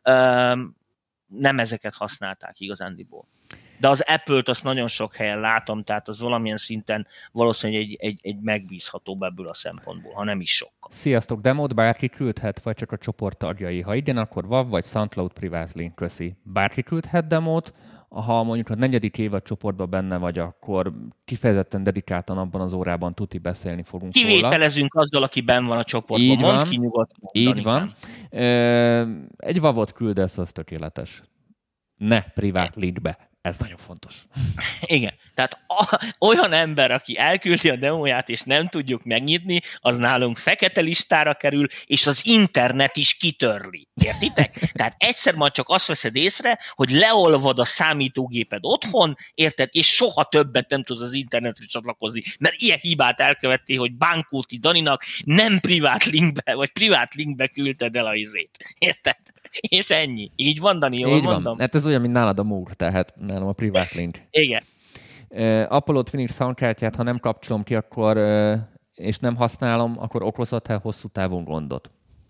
Speaker 2: nem ezeket használták igazándiból. De az Apple-t azt nagyon sok helyen látom, tehát az valamilyen szinten valószínűleg egy, egy, egy megbízhatóbb ebből a szempontból, ha nem is sokkal.
Speaker 1: Sziasztok, demót bárki küldhet, vagy csak a csoport tagjai? Ha igen, akkor vé á vé vagy SoundCloud private link, köszi. Bárki küldhet demót, ha mondjuk a negyedik évad csoportban benne vagy, akkor kifejezetten dedikáltan abban az órában tuti beszélni fogunk
Speaker 2: Kivételezünk róla. Azzal, aki benn van a csoportban. Így Mondd van, ki nyugodtan.
Speaker 1: Így van. Egy vé á vé-ot küldesz, az tökéletes. Ne privát linkbe. Ez nagyon fontos.
Speaker 2: Igen. Tehát a, olyan ember, aki elküldi a demóját, és nem tudjuk megnyitni, az nálunk fekete listára kerül, és az internet is kitörli. Értitek? Tehát egyszer majd csak azt veszed észre, hogy leolvad a számítógéped otthon, érted? És soha többet nem tudsz az internetre csatlakozni, mert ilyen hibát elkövettél, hogy Bánkóti Daninak nem privát linkbe, vagy privát linkbe küldted el a izét. Érted? És ennyi. Így van, Dani, jól
Speaker 1: Így
Speaker 2: mondom?
Speaker 1: Van. Hát ez olyan, mint nálad a múr, tehát nálam a privát link.
Speaker 2: Igen.
Speaker 1: Uh, Apollo Twinix soundkártyát, ha nem kapcsolom ki, akkor, uh, és nem használom, akkor okozhat-e hosszú távon gondot?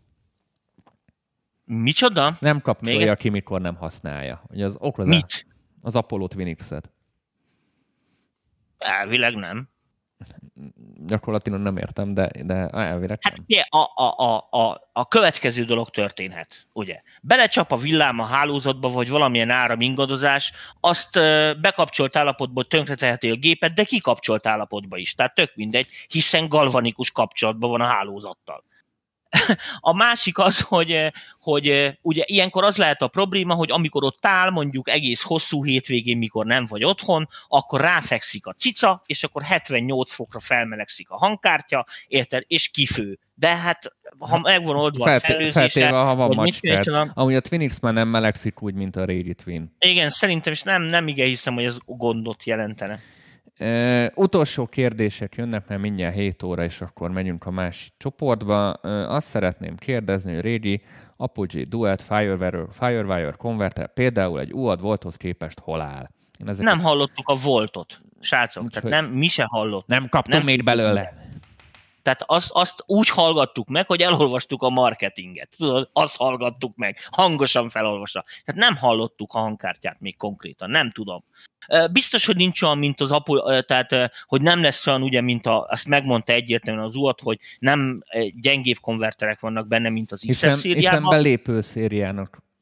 Speaker 2: Micsoda?
Speaker 1: Nem kapcsolja Még... ki, mikor nem használja. Ugye az okozás,
Speaker 2: Mit?
Speaker 1: Az Apollo Twinix-et.
Speaker 2: Elvileg nem.
Speaker 1: Gyakorlatilag nem értem, de, de elvileg
Speaker 2: hát nem. A, a, a, a, a következő dolog történhet, ugye? Belecsap a villám a hálózatba, vagy valamilyen áramingadozás, azt bekapcsolt állapotból tönkreteheti a gépet, de kikapcsolt állapotba is. Tehát tök mindegy, hiszen galvanikus kapcsolatban van a hálózattal. A másik az, hogy, hogy ugye ilyenkor az lehet a probléma, hogy amikor ott áll, mondjuk egész hosszú hétvégén, mikor nem vagy otthon, akkor ráfekszik a cica, és akkor hetvennyolc fokra felmelegszik a hangkártya, érted, és kifő. De hát, ha megvan oldva Felt, a szellőzése...
Speaker 1: Feltéve, ha van macskát. Amúgy a Twinix már nem melegszik úgy, mint a régi Twin.
Speaker 2: Igen, szerintem, és nem, nem igen hiszem, hogy ez gondot jelentene.
Speaker 1: Uh, utolsó kérdések jönnek, mert mindjárt hét óra, és akkor megyünk a másik csoportba. Uh, azt szeretném kérdezni, hogy régi Apogee Duet Firewire, Firewire Converter például egy u á dé volthoz képest hol áll?
Speaker 2: Ezeket... Nem hallottuk a voltot, srácok, úgy, tehát nem, mi se hallottuk.
Speaker 1: Nem kaptunk nem még belőle.
Speaker 2: Tehát azt, azt úgy hallgattuk meg, hogy elolvastuk a marketinget. Tudod, azt hallgattuk meg, hangosan felolvasva. Tehát nem hallottuk a hangkártyát még konkrétan, nem tudom. Biztos, hogy nincs olyan, mint az Apple, tehát hogy nem lesz olyan, ugye, mint a, azt megmondta egyértelműen az u á dé, hogy nem gyengébb konverterek vannak benne, mint az iksz es szériában.
Speaker 1: Hiszen belépő szériának.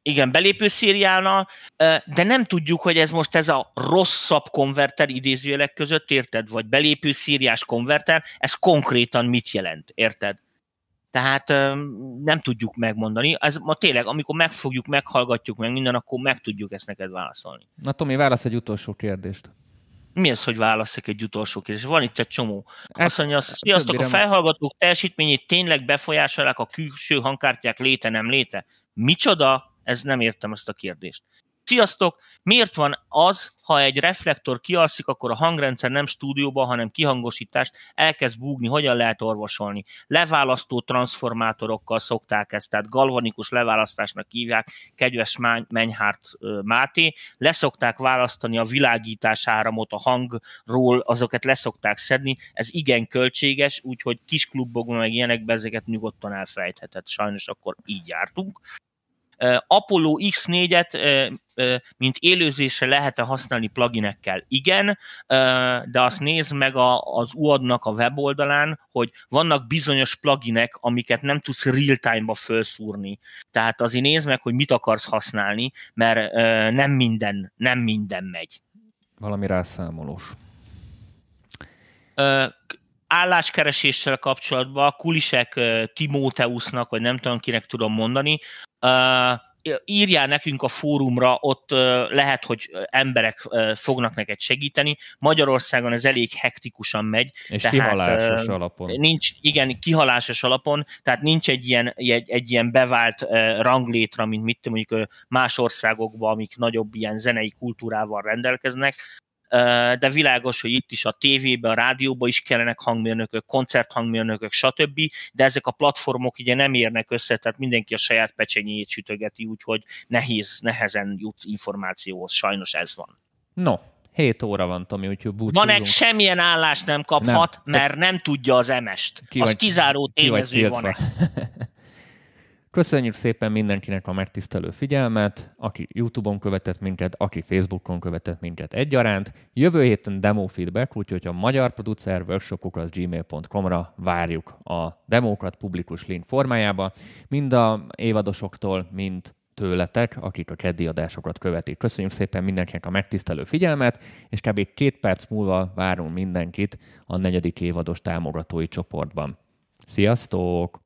Speaker 2: Igen, belépő szériálnal, de nem tudjuk, hogy ez most ez a rosszabb konverter idézőjelek között, érted? Vagy belépő szériás konverter, ez konkrétan mit jelent, érted? Tehát nem tudjuk megmondani. Ez ma tényleg, amikor megfogjuk, meghallgatjuk meg minden, akkor meg tudjuk ezt neked válaszolni.
Speaker 1: Na Tomi, válasz egy utolsó kérdést.
Speaker 2: Mi az, hogy válaszok egy utolsó kérdést? Van itt egy csomó. Azt mondja, sziasztok, a felhallgatók teljesítményét tényleg befolyásolják a külső hangkártyák léte, nem léte? Micsoda? Ez nem értem ezt a kérdést. Sziasztok! Miért van az, ha egy reflektor kialszik, akkor a hangrendszer nem stúdióban, hanem kihangosítást elkezd búgni? Hogyan lehet orvosolni? Leválasztó transformátorokkal szokták ezt, tehát galvanikus leválasztásnak hívják, kedves Menyhárt Máté. Leszokták választani a világítás áramot a hangról, azokat leszokták szedni. Ez igen költséges, úgyhogy kis klubokban meg ilyenekben ezeket nyugodtan elfelejthetett. Sajnos akkor így jártunk. Uh, Apollo iksz négyet uh, uh, mint élőzésre lehet-e használni pluginekkel? Igen, uh, de azt nézd meg a, az u á dé-nak a weboldalán, hogy vannak bizonyos pluginek, amiket nem tudsz real-time-ba felszúrni. Tehát azért nézd meg, hogy mit akarsz használni, mert uh, nem minden, nem minden megy.
Speaker 1: Valami rászámolós.
Speaker 2: Uh, álláskereséssel kapcsolatban Kulisek uh, Timóteusznak, vagy nem tudom, kinek tudom mondani, Uh, írjál nekünk a fórumra, ott uh, lehet, hogy emberek uh, fognak neked segíteni. Magyarországon ez elég hektikusan megy.
Speaker 1: És tehát, kihalásos uh, alapon.
Speaker 2: Nincs, igen, kihalásos alapon, tehát nincs egy ilyen, egy, egy ilyen bevált uh, ranglétra, mint mit mondjuk uh, más országokban, amik nagyobb ilyen zenei kultúrával rendelkeznek. De világos, hogy itt is a tévében, a rádióban is kellenek hangmérnökök, koncerthangmérnökök, stb., de ezek a platformok ugye nem érnek össze, tehát mindenki a saját pecsenyét sütögeti, úgyhogy nehéz, nehezen jutsz információhoz, sajnos ez van.
Speaker 1: No, hét óra van, Tomi, úgyhogy búcsúzunk.
Speaker 2: Van egy semmilyen állást nem kaphat, nem. mert nem tudja az emest. Ki az vagy, kizáró tényező van.
Speaker 1: Köszönjük szépen mindenkinek a megtisztelő figyelmet, aki YouTube-on követett minket, aki Facebookon követett minket egyaránt. Jövő héten demo feedback, úgyhogy a magyar producer workshopok az gmail pont com-ra várjuk a demókat publikus link formájába, mind a évadosoktól, mind tőletek, akik a keddi adásokat követik. Köszönjük szépen mindenkinek a megtisztelő figyelmet, és kb. két perc múlva várunk mindenkit a negyedik évados támogatói csoportban. Sziasztok!